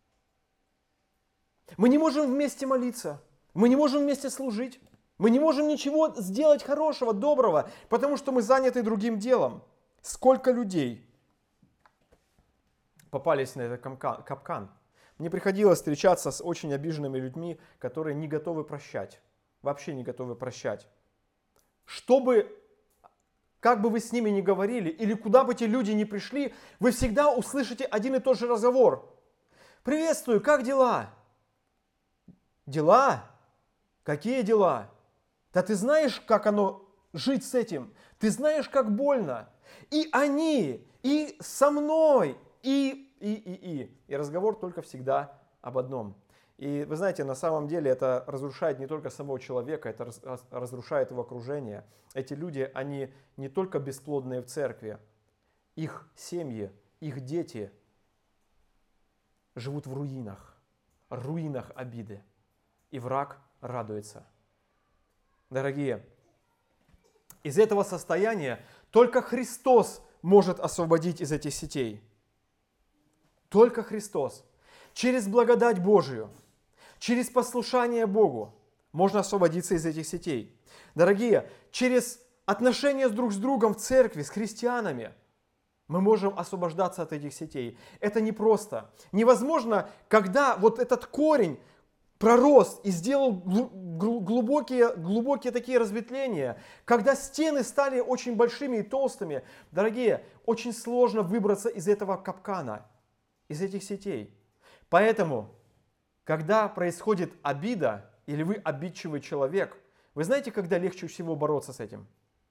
Мы не можем вместе молиться, мы не можем вместе служить, мы не можем ничего сделать хорошего, доброго, потому что мы заняты другим делом. Сколько людей попались на этот капкан. Мне приходилось встречаться с очень обиженными людьми, которые не готовы прощать. Вообще не готовы прощать. Чтобы, как бы вы с ними ни говорили, или куда бы те люди ни пришли, вы всегда услышите один и тот же разговор. Приветствую, как дела? Дела? Какие дела? Да ты знаешь, как оно жить с этим? Ты знаешь, как больно? И они, и со мной, и, и, и, и. И разговор только всегда об одном. И вы знаете, на самом деле это разрушает не только самого человека, это разрушает его окружение. Эти люди, они не только бесплодные в церкви, их семьи, их дети живут в руинах, руинах обиды. И враг радуется. Дорогие, из этого состояния только Христос может освободить из этих сетей. Только Христос. Через благодать Божию, через послушание Богу можно освободиться из этих сетей. Дорогие, через отношения друг с другом в церкви, с христианами, мы можем освобождаться от этих сетей. Это непросто. Невозможно, когда вот этот корень пророс и сделал глубокие, глубокие такие разветвления, когда стены стали очень большими и толстыми, дорогие, очень сложно выбраться из этого капкана, из этих сетей. Поэтому, когда происходит обида, или вы обидчивый человек, вы знаете, когда легче всего бороться с этим?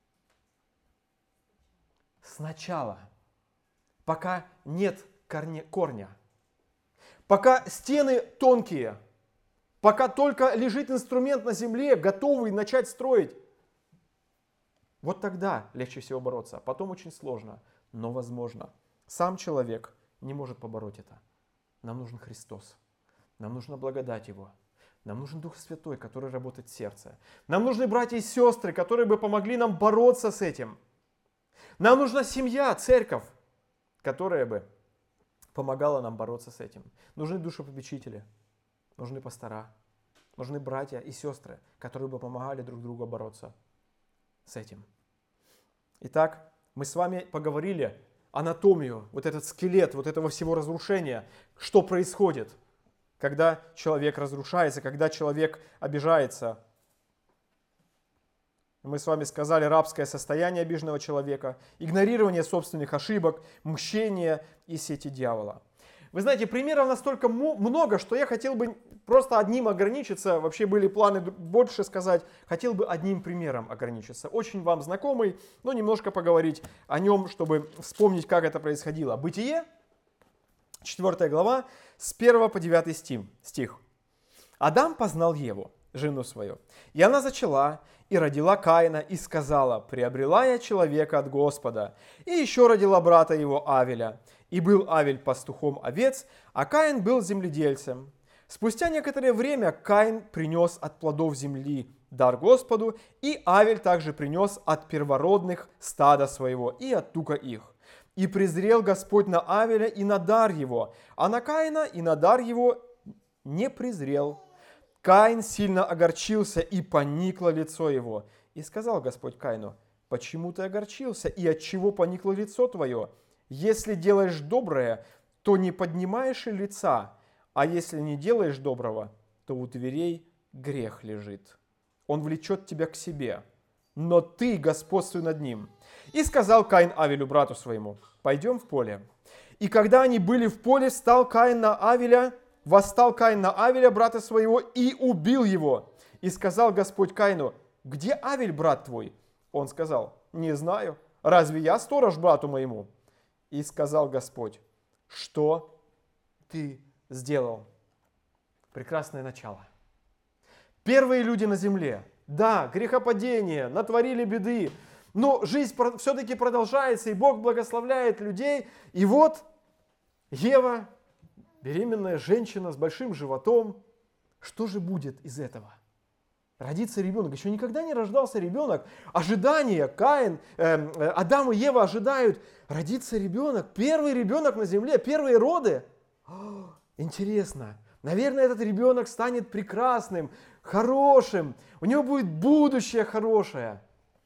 Сначала, пока нет корня, пока стены тонкие, пока только лежит инструмент на земле, готовый начать строить. Вот тогда легче всего бороться. Потом очень сложно, но возможно. Сам человек не может побороть это. Нам нужен Христос. Нам нужна благодать Его. Нам нужен Дух Святой, который работает в сердце. Нам нужны братья и сестры, которые бы помогли нам бороться с этим. Нам нужна семья, церковь, которая бы помогала нам бороться с этим. Нужны душепопечители. Нужны пастора, нужны братья и сестры, которые бы помогали друг другу бороться с этим. Итак, мы с вами поговорили анатомию, вот этот скелет, вот этого всего разрушения, что происходит, когда человек разрушается, когда человек обижается. Мы с вами сказали рабское состояние обиженного человека, игнорирование собственных ошибок, мщение и сети дьявола. Вы знаете, примеров настолько много, что я хотел бы просто одним ограничиться. Вообще были планы больше сказать. Хотел бы одним примером ограничиться. Очень вам знакомый, но немножко поговорить о нем, чтобы вспомнить, как это происходило. Бытие, четвёртая глава, с первого по девятый стих. Адам познал Еву, жену свою, и она зачала и родила Каина, и сказала: приобрела я человека от Господа, и еще родила брата его Авеля. И был Авель пастухом овец, а Каин был земледельцем. Спустя некоторое время Каин принес от плодов земли дар Господу, и Авель также принес от первородных стада своего и от тука их. И презрел Господь на Авеля и на дар его, а на Каина и на дар его не презрел. Каин сильно огорчился, и поникло лицо его. И сказал Господь Каину: почему ты огорчился, и от чего поникло лицо твое? Если делаешь доброе, то не поднимаешь и лица, а если не делаешь доброго, то у дверей грех лежит. Он влечет тебя к себе, но ты господствуй над ним. И сказал Каин Авелю, брату своему: пойдем в поле. И когда они были в поле, встал Каин на Авеля, восстал Каин на Авеля, брата своего, и убил его. И сказал Господь Каину: где Авель, брат твой? Он сказал: не знаю, разве я сторож брату моему? И сказал Господь: что ты сделал? Прекрасное начало. Первые люди на земле, да, грехопадение, натворили беды, но жизнь все-таки продолжается, и Бог благословляет людей. И вот Ева, беременная женщина с большим животом, что же будет из этого? Родится ребенок. Еще никогда не рождался ребенок. Ожидание, Каин, э, Адам и Ева ожидают, родится ребенок. Первый ребенок на земле, первые роды. О, интересно. Наверное, этот ребенок станет прекрасным, хорошим. У него будет будущее хорошее.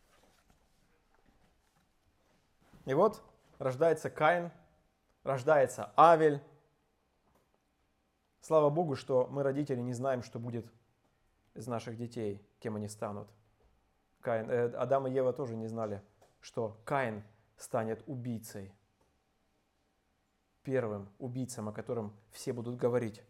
И вот рождается Каин, рождается Авель. Слава Богу, что мы, родители, не знаем, что будет из наших детей, кем они станут. Каин, э, Адам и Ева тоже не знали, что Каин станет убийцей. Первым убийцем, о котором все будут говорить.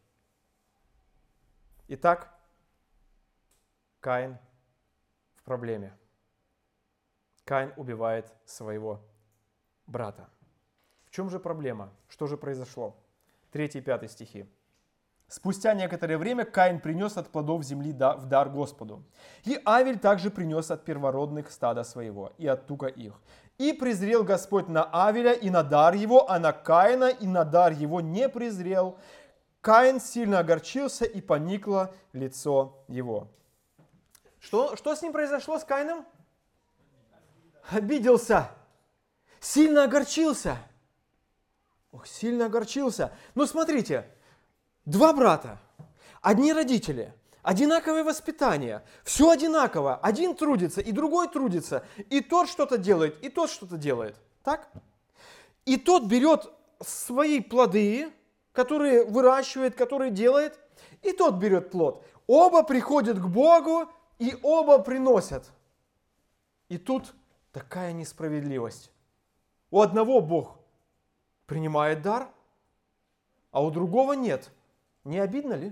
Итак, Каин в проблеме. Каин убивает своего брата. В чем же проблема? Что же произошло? Третий и пятый стихи. Спустя некоторое время Каин принес от плодов земли в дар Господу. И Авель также принес от первородных стада своего и от тука их. И презрел Господь на Авеля и на дар его, а на Каина и на дар его не презрел. Каин сильно огорчился, и поникло лицо его. Что, что с ним произошло, с Каином? Обиделся. Сильно огорчился. Ох, сильно огорчился. Ну, смотрите. Два брата, одни родители, одинаковое воспитание, все одинаково. Один трудится, и другой трудится. И тот что-то делает, и тот что-то делает. Так? И тот берет свои плоды, которые выращивает, которые делает, и тот берет плод. Оба приходят к Богу, и оба приносят. И тут такая несправедливость. У одного Бог принимает дар, а у другого нет. Не обидно ли?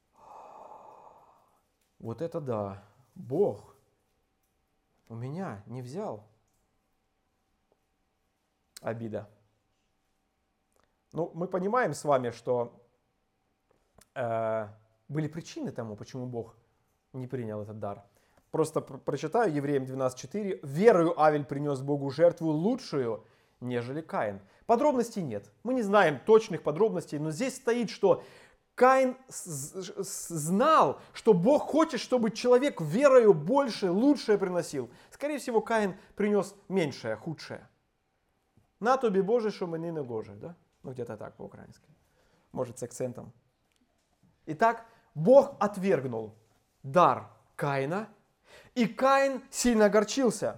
Вот это да. Бог у меня не взял. Обида. Ну, мы понимаем с вами, что э, были причины тому, почему Бог не принял этот дар. Просто про- прочитаю Евреям двенадцать четыре. «Верою Авель принес Богу жертву лучшую, нежели Каин». Подробностей нет. Мы не знаем точных подробностей, но здесь стоит, что Каин знал, что Бог хочет, чтобы человек верою больше, лучшее приносил. Скорее всего, Каин принес меньшее, худшее. На тобі Боже, що мені не гоже. Да? Ну, где-то так по-украински. Может, с акцентом. Итак, Бог отвергнул дар Каина, и Каин сильно огорчился.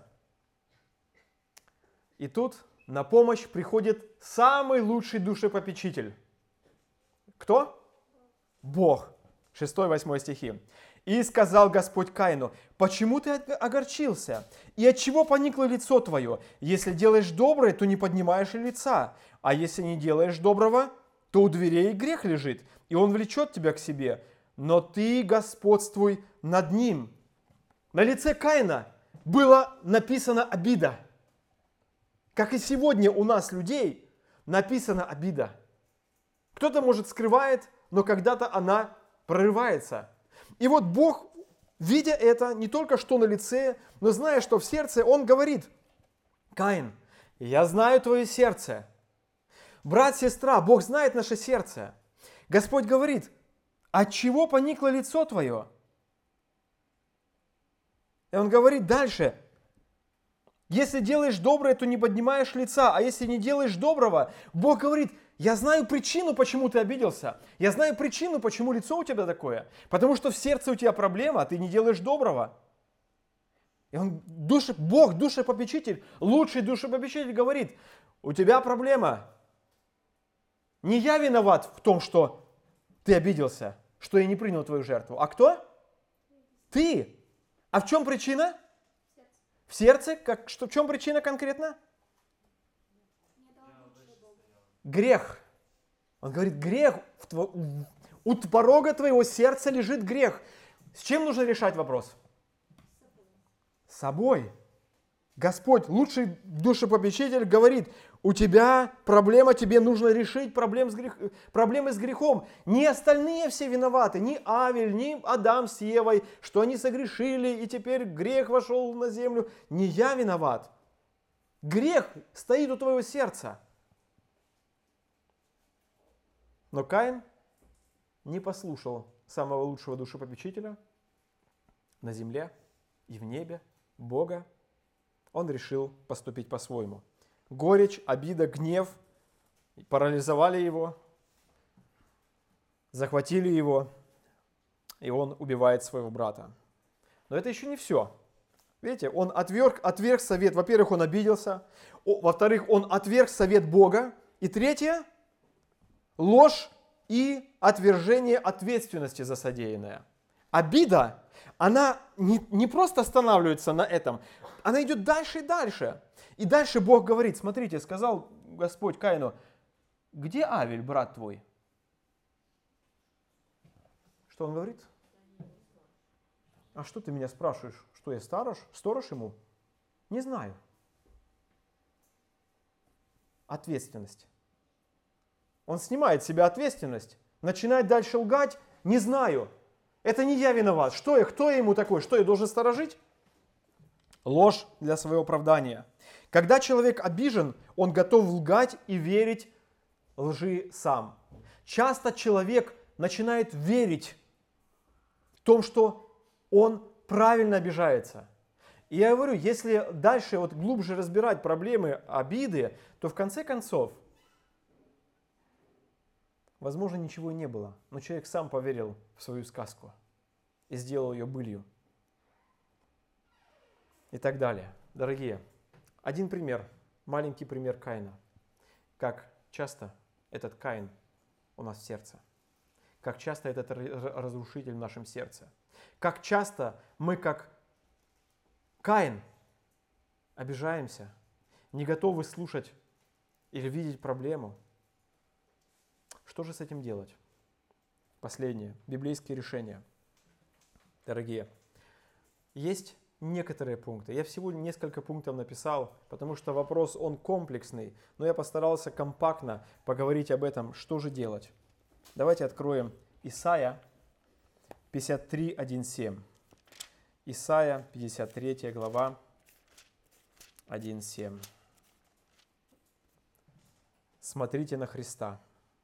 И тут на помощь приходит самый лучший душепопечитель. Кто? Бог. шестой-восьмой стихи. «И сказал Господь Каину, почему ты огорчился? И от чего поникло лицо твое? Если делаешь доброе, то не поднимаешь ли лица? А если не делаешь доброго, то у дверей грех лежит, и он влечет тебя к себе. Но ты господствуй над ним». На лице Каина была написана обида. Как и сегодня у нас, людей, написана обида. Кто-то, может, скрывает, но когда-то она прорывается. И вот Бог, видя это, не только что на лице, но зная, что в сердце, Он говорит: «Каин, я знаю твое сердце». Брат, сестра, Бог знает наше сердце. Господь говорит: «От чего поникло лицо твое?» И Он говорит дальше: «Если делаешь доброе, то не поднимаешь лица, а если не делаешь доброго», Бог говорит: «Я знаю причину, почему ты обиделся. Я знаю причину, почему лицо у тебя такое. Потому что в сердце у тебя проблема, а ты не делаешь доброго». И он, душе, Бог, душепопечитель, лучший душепопечитель говорит: «У тебя проблема. Не я виноват в том, что ты обиделся, что я не принял твою жертву. А кто? Ты. А в чем причина? В сердце? Как, что, в чем причина конкретно? Грех. Он говорит, грех. У порога твоего сердца лежит грех. С чем нужно решать вопрос? С собой. Господь, лучший душепопечитель, говорит, у тебя проблема, тебе нужно решить проблем с грех... проблемы с грехом. Не остальные все виноваты, ни Авель, ни Адам с Евой, что они согрешили, и теперь грех вошел на землю. Не я виноват. Грех стоит у твоего сердца. Но Каин не послушал самого лучшего душепопечителя на земле и в небе, Бога. Он решил поступить по-своему. Горечь, обида, гнев парализовали его, захватили его, и он убивает своего брата. Но это еще не все. Видите, он отверг, отверг совет. Во-первых, он обиделся. Во-вторых, он отверг совет Бога. И третье – ложь и отвержение ответственности за содеянное. Обида, она не, не просто останавливается на этом, она идет дальше и дальше. И дальше Бог говорит, смотрите, сказал Господь Каину, где Авель, брат твой? Что он говорит? А что ты меня спрашиваешь? Что я сторож? Сторож ему? Не знаю. Ответственность. Он снимает с себя ответственность, начинает дальше лгать, не знаю. Это не я виноват. Что я, кто я ему такой? Что я должен сторожить? Ложь для своего оправдания. Когда человек обижен, он готов лгать и верить лжи сам. Часто человек начинает верить в том, что он правильно обижается. И я говорю, если дальше вот глубже разбирать проблемы обиды, то в конце концов, возможно, ничего и не было. Но человек сам поверил в свою сказку и сделал ее былью. И так далее. Дорогие, один пример, маленький пример Каина. Как часто этот Каин у нас в сердце. Как часто этот разрушитель в нашем сердце. Как часто мы, как Каин, обижаемся, не готовы слушать или видеть проблему. Что же с этим делать? Последнее. Библейские решения. Дорогие, есть некоторые пункты. Я всего несколько пунктов написал, потому что вопрос, он комплексный, но я постарался компактно поговорить об этом, что же делать. Давайте откроем Исайя пятьдесят три, один, семь. Исайя пятьдесят третья глава, один, семь. Смотрите на Христа.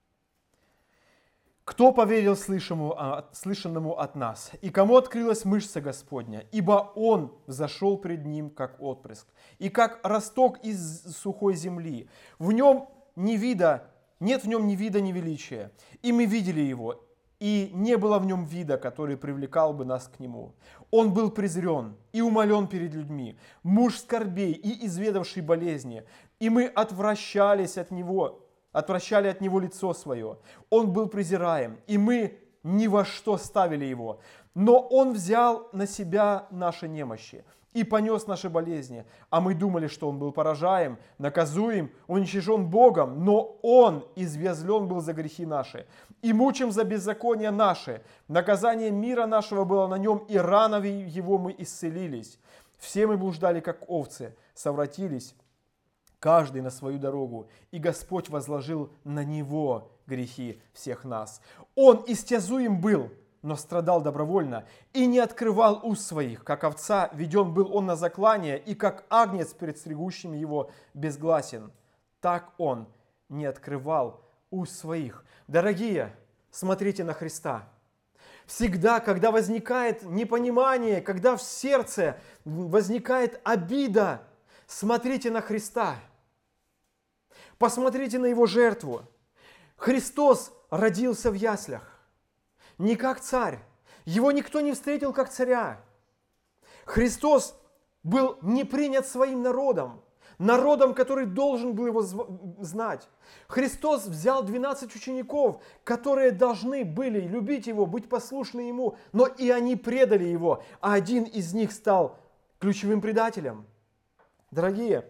Кто поверил слышанному от нас, и кому открылась мышца Господня, ибо Он взошел пред Ним, как отпрыск, и как росток из сухой земли. В нем ни вида, нет в нем ни вида, ни величия. И мы видели Его, и не было в нем вида, который привлекал бы нас к Нему. Он был презрен и умолен перед людьми, муж скорбей и изведавший болезни, и мы отвращались от Него, отвращали от Него лицо свое. Он был презираем, и мы ни во что ставили Его. Но Он взял на себя наши немощи и понес наши болезни. А мы думали, что Он был поражаем, наказуем, уничижен Богом, но Он извезлен был за грехи наши и мучим за беззакония наши. Наказание мира нашего было на Нем, и ранами Его мы исцелились. Все мы блуждали, как овцы, совратились, каждый на свою дорогу, и Господь возложил на Него грехи всех нас. Он истязуем был, но страдал добровольно, и не открывал уст своих, как овца, веден был он на заклание, и как агнец перед стригущими его безгласен. Так он не открывал уст своих. Дорогие, смотрите на Христа. Всегда, когда возникает непонимание, когда в сердце возникает обида, смотрите на Христа. Посмотрите на Его жертву. Христос родился в яслях. Не как царь. Его никто не встретил как царя. Христос был не принят своим народом. Народом, который должен был Его знать. Христос взял двенадцать учеников, которые должны были любить Его, быть послушны Ему. Но и они предали Его. А один из них стал ключевым предателем. Дорогие,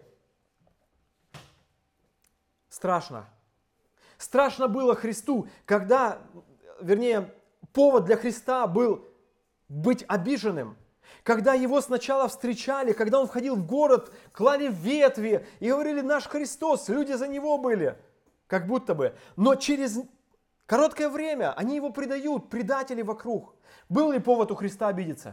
страшно. Страшно было Христу, когда, вернее, повод для Христа был быть обиженным. Когда его сначала встречали, когда он входил в город, клали ветви и говорили: наш Христос, люди за него были, как будто бы. Но через короткое время они его предают, предатели вокруг. Был ли повод у Христа обидеться?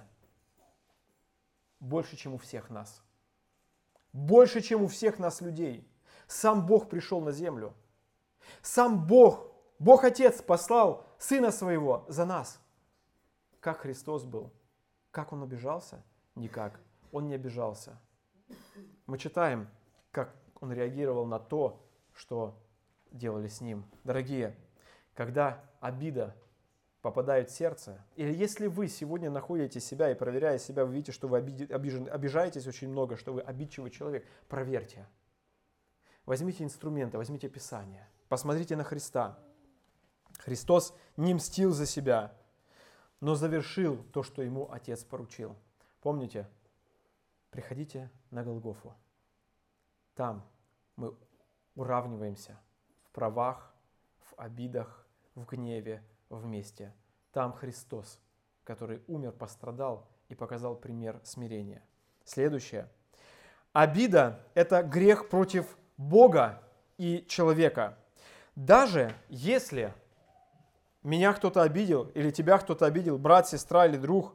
Больше, чем у всех нас. Больше, чем у всех нас людей. Сам Бог пришел на землю. Сам Бог, Бог Отец послал Сына Своего за нас. Как Христос был? Как Он обижался? Никак. Он не обижался. Мы читаем, как Он реагировал на то, что делали с Ним. Дорогие, когда обида попадает в сердце, или если вы сегодня находите себя и проверяя себя, вы видите, что вы обижен, обижаетесь очень много, что вы обидчивый человек, проверьте. Возьмите инструменты, возьмите Писание, посмотрите на Христа. Христос не мстил за себя, но завершил то, что Ему Отец поручил. Помните? Приходите на Голгофу. Там мы уравниваемся в правах, в обидах, в гневе, вместе. Там Христос, который умер, пострадал и показал пример смирения. Следующее. Обида – это грех против Бога и человека. Даже если меня кто-то обидел, или тебя кто-то обидел, брат, сестра или друг,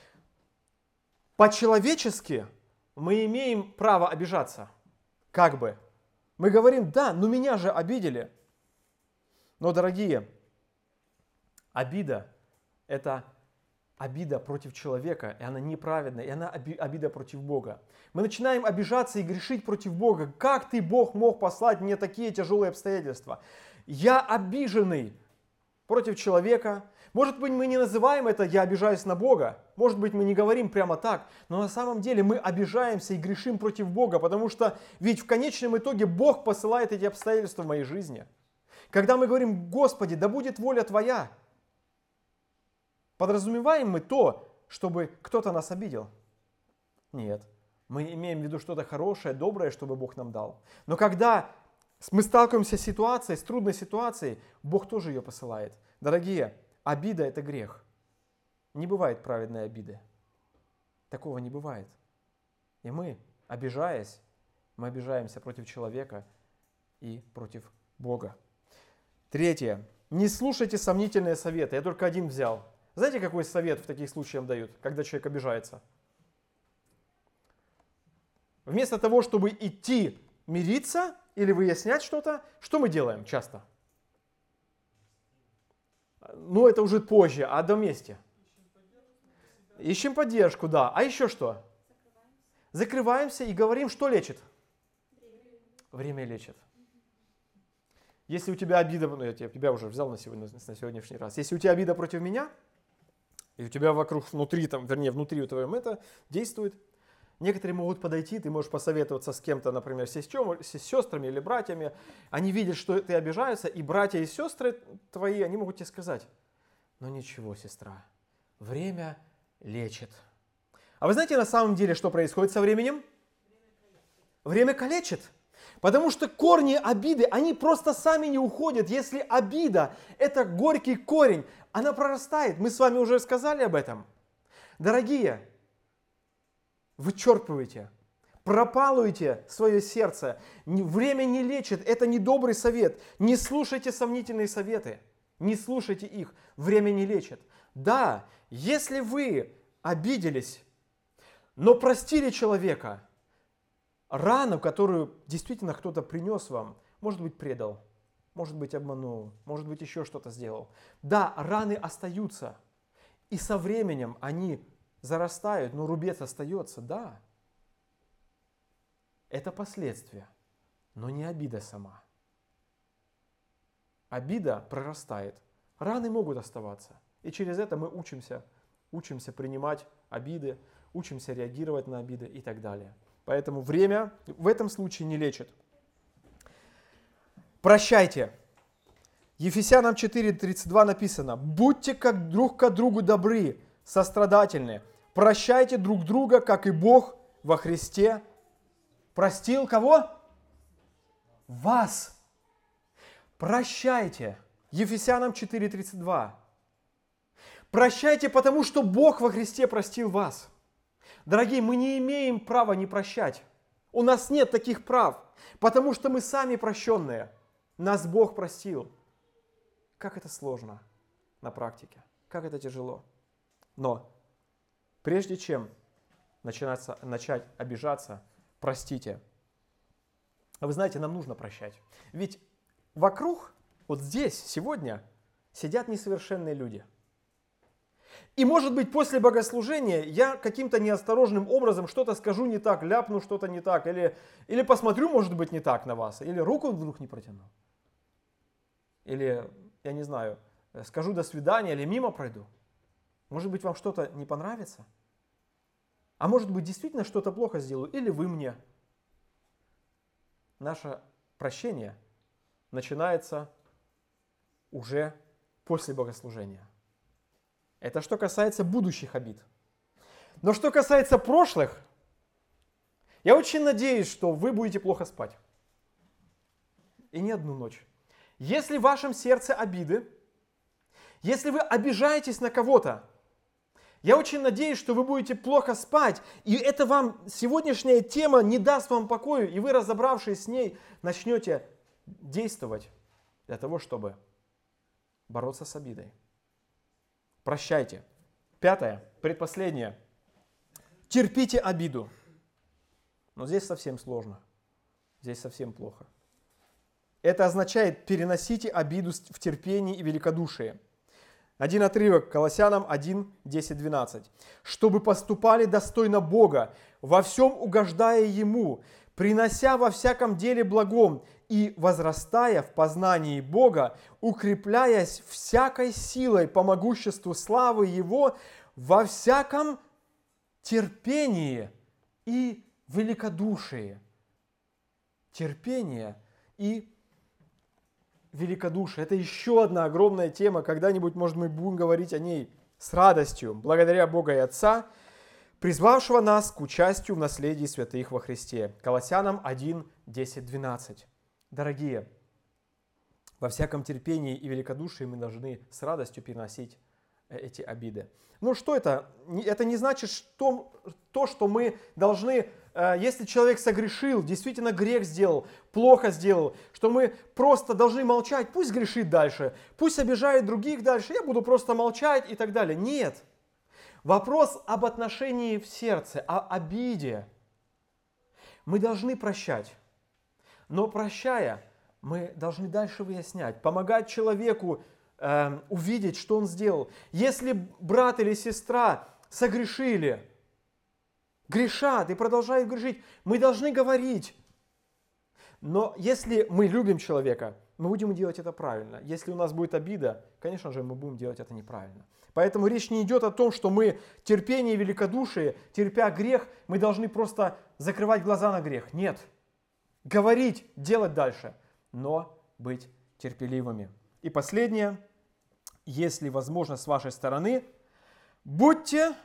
по-человечески мы имеем право обижаться. Как бы. Мы говорим: да, но меня же обидели. Но, дорогие, обида – это обида против человека, и она неправедная, и она обида против Бога. Мы начинаем обижаться и грешить против Бога. Как ты, Бог, мог послать мне такие тяжелые обстоятельства? Я обиженный против человека. Может быть, мы не называем это «я обижаюсь на Бога». Может быть, мы не говорим прямо так. Но на самом деле мы обижаемся и грешим против Бога, потому что ведь в конечном итоге Бог посылает эти обстоятельства в моей жизни. Когда мы говорим: Господи, да будет воля Твоя, подразумеваем мы то, чтобы кто-то нас обидел? Нет. Мы имеем в виду что-то хорошее, доброе, чтобы Бог нам дал. Но когда мы сталкиваемся с ситуацией, с трудной ситуацией, Бог тоже ее посылает. Дорогие, обида – это грех. Не бывает праведной обиды. Такого не бывает. И мы, обижаясь, мы обижаемся против человека и против Бога. Третье. Не слушайте сомнительные советы. Я только один взял. Знаете, какой совет в таких случаях дают, когда человек обижается? Вместо того, чтобы идти мириться или выяснять что-то, что мы делаем часто? Ну, это уже позже, а до вместе. Ищем поддержку, да. А еще что? Закрываемся и говорим, что лечит? Время лечит. Если у тебя обида, ну я тебя уже взял на, сегодня, на сегодняшний раз, если у тебя обида против меня, и у тебя вокруг, внутри, там, вернее, внутри у твоего это действует, некоторые могут подойти, ты можешь посоветоваться с кем-то, например, с сестрами или братьями, они видят, что ты обижаешься, и братья и сестры твои, они могут тебе сказать: ну ничего, сестра, время лечит. А вы знаете на самом деле, что происходит со временем? Время калечит. Потому что корни обиды, они просто сами не уходят. Если обида – это горький корень, она прорастает. Мы с вами уже сказали об этом. Дорогие, вычерпывайте, пропалывайте свое сердце. Время не лечит, это не добрый совет. Не слушайте сомнительные советы, не слушайте их. Время не лечит. Да, если вы обиделись, но простили человека, рану, которую действительно кто-то принес вам, может быть, предал, может быть, обманул, может быть, еще что-то сделал. Да, раны остаются, и со временем они зарастают, но рубец остается, да. Это последствия, но не обида сама. Обида прорастает, раны могут оставаться, и через это мы учимся, учимся принимать обиды, учимся реагировать на обиды и так далее. Поэтому время в этом случае не лечит. Прощайте. Ефесянам четыре тридцать два написано: «Будьте как друг к другу добры, сострадательны, прощайте друг друга, как и Бог во Христе простил» кого? Вас. Прощайте. Ефесянам четыре тридцать два. Прощайте, потому что Бог во Христе простил вас. Дорогие, мы не имеем права не прощать. У нас нет таких прав, потому что мы сами прощенные. Нас Бог простил. Как это сложно на практике, как это тяжело. Но прежде чем начинаться, начать обижаться, простите. А вы знаете, нам нужно прощать. Ведь вокруг, вот здесь, сегодня, сидят несовершенные люди. И может быть после богослужения я каким-то неосторожным образом что-то скажу не так, ляпну что-то не так, или, или посмотрю, может быть, не так на вас, или руку вдруг не протяну. Или, я не знаю, скажу до свидания, или мимо пройду. Может быть, вам что-то не понравится? А может быть, действительно что-то плохо сделаю, или вы мне. Наше прощение начинается уже после богослужения. Это что касается будущих обид. Но что касается прошлых, я очень надеюсь, что вы будете плохо спать. И не одну ночь. Если в вашем сердце обиды, если вы обижаетесь на кого-то, я очень надеюсь, что вы будете плохо спать, и это вам, сегодняшняя тема не даст вам покою, и вы, разобравшись с ней, начнете действовать для того, чтобы бороться с обидой. Прощайте. Пятое, предпоследнее. Терпите обиду. Но здесь совсем сложно. Здесь совсем плохо. Это означает переносите обиду в терпении и великодушии. Один отрывок, Колоссянам один, десять, двенадцать. «Чтобы поступали достойно Бога, во всем угождая Ему, принося во всяком деле благом и возрастая в познании Бога, укрепляясь всякой силой по могуществу славы Его, во всяком терпении и великодушии». Терпение и великодушие. Это еще одна огромная тема. Когда-нибудь, может, мы будем говорить о ней с радостью, благодаря Бога и Отца, призвавшего нас к участию в наследии святых во Христе. Колоссянам один, десять, двенадцать. Дорогие, во всяком терпении и великодушии мы должны с радостью переносить эти обиды. Ну что это? Это не значит, что то, что мы должны, если человек согрешил, действительно грех сделал, плохо сделал, что мы просто должны молчать, пусть грешит дальше, пусть обижает других дальше, я буду просто молчать и так далее. Нет. Вопрос об отношении в сердце, о обиде. Мы должны прощать, но прощая, мы должны дальше выяснять, помогать человеку э, увидеть, что он сделал. Если брат или сестра согрешили, грешат и продолжают грешить, мы должны говорить. Но если мы любим человека, мы будем делать это правильно. Если у нас будет обида, конечно же, мы будем делать это неправильно. Поэтому речь не идет о том, что мы терпение и великодушие, терпя грех, мы должны просто закрывать глаза на грех. Нет. Говорить, делать дальше, но быть терпеливыми. И последнее, если возможно с вашей стороны, будьте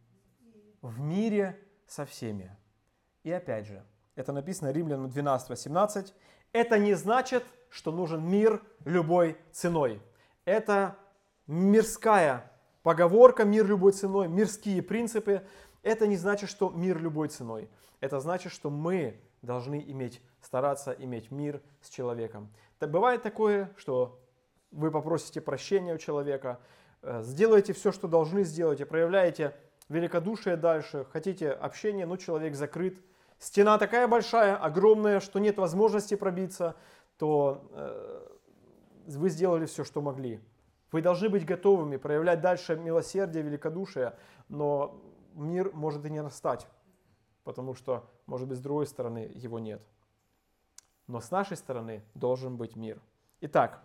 в мире со всеми. И опять же, это написано Римлянам двенадцать, восемнадцать. Это не значит, что нужен мир любой ценой. Это мирская поговорка, мир любой ценой, мирские принципы. Это не значит, что мир любой ценой. Это значит, что мы должны иметь, стараться иметь мир с человеком. Так бывает такое, что вы попросите прощения у человека, сделаете все, что должны сделать, и проявляете великодушие дальше, хотите общения, но человек закрыт. Стена такая большая, огромная, что нет возможности пробиться, то э, вы сделали все, что могли. Вы должны быть готовыми проявлять дальше милосердие, великодушие, но мир может и не настать, потому что, может быть, с другой стороны его нет. Но с нашей стороны должен быть мир. Итак,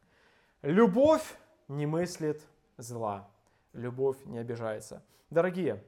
любовь не мыслит зла, любовь не обижается. Дорогие,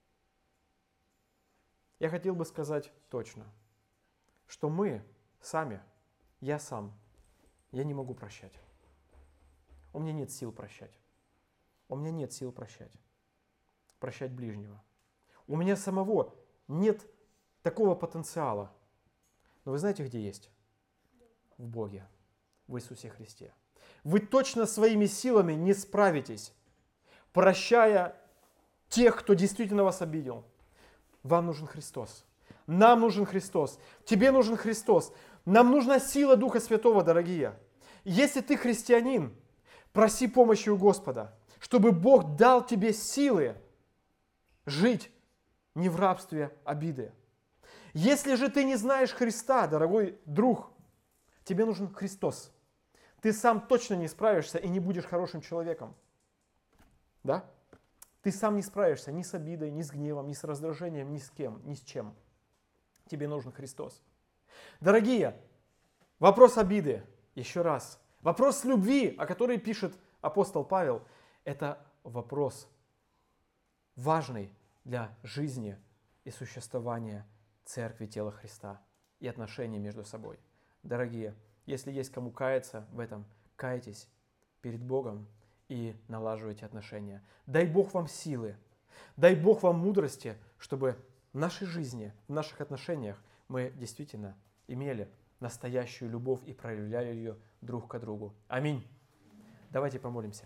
я хотел бы сказать точно, что мы сами, я сам, я не могу прощать. У меня нет сил прощать. У меня нет сил прощать. Прощать ближнего. У меня самого нет такого потенциала. Но вы знаете, где есть? В Боге, в Иисусе Христе. Вы точно своими силами не справитесь, прощая тех, кто действительно вас обидел. Вам нужен Христос. Нам нужен Христос. Тебе нужен Христос. Нам нужна сила Духа Святого, дорогие. Если ты христианин, проси помощи у Господа, чтобы Бог дал тебе силы жить не в рабстве обиды. Если же ты не знаешь Христа, дорогой друг, тебе нужен Христос. Ты сам точно не справишься и не будешь хорошим человеком. Да? Ты сам не справишься ни с обидой, ни с гневом, ни с раздражением, ни с кем, ни с чем. Тебе нужен Христос. Дорогие, вопрос обиды, еще раз. Вопрос любви, о которой пишет апостол Павел, это вопрос важный для жизни и существования Церкви тела Христа и отношений между собой. Дорогие, если есть кому каяться в этом, кайтесь перед Богом и налаживайте отношения. Дай Бог вам силы, дай Бог вам мудрости, чтобы в нашей жизни, в наших отношениях мы действительно имели настоящую любовь и проявляли ее друг к другу. Аминь. Давайте помолимся.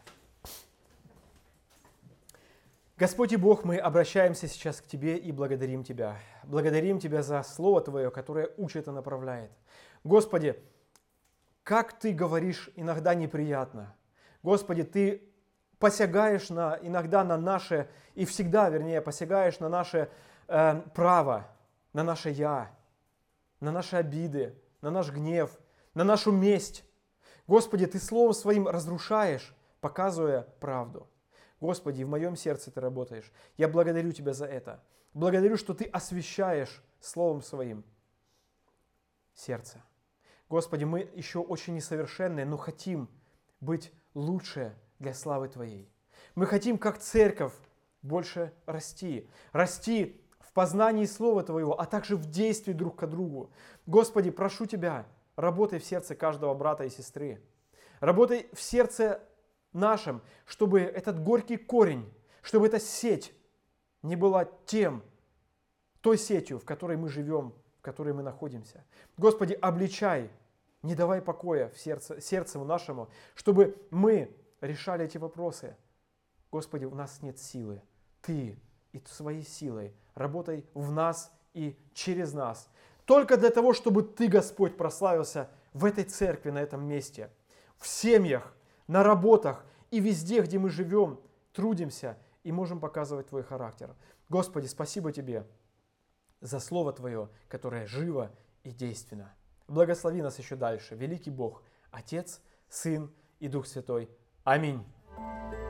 Господь и Бог, мы обращаемся сейчас к Тебе и благодарим Тебя. Благодарим Тебя за Слово Твое, которое учит и направляет. Господи, как Ты говоришь, иногда неприятно. Господи, Ты посягаешь на, иногда на наше, и всегда, вернее, посягаешь на наше э, право, на наше «я», на наши обиды, на наш гнев, на нашу месть. Господи, Ты Словом Своим разрушаешь, показывая правду. Господи, в моем сердце Ты работаешь. Я благодарю Тебя за это. Благодарю, что Ты освящаешь Словом Своим сердце. Господи, мы еще очень несовершенные, но хотим быть лучше для славы Твоей. Мы хотим, как церковь, больше расти. Расти в познании Слова Твоего, а также в действии друг к другу. Господи, прошу Тебя, работай в сердце каждого брата и сестры. Работай в сердце нашем, чтобы этот горький корень, чтобы эта сеть не была тем, той сетью, в которой мы живем, в которой мы находимся. Господи, обличай, не давай покоя в сердце, сердцу нашему, чтобы мы решали эти вопросы. Господи, у нас нет силы. Ты и своей силой работай в нас и через нас. Только для того, чтобы Ты, Господь, прославился в этой церкви, на этом месте, в семьях, на работах и везде, где мы живем, трудимся и можем показывать Твой характер. Господи, спасибо Тебе за Слово Твое, которое живо и действенно. Благослови нас еще дальше, великий Бог, Отец, Сын и Дух Святой. Аминь.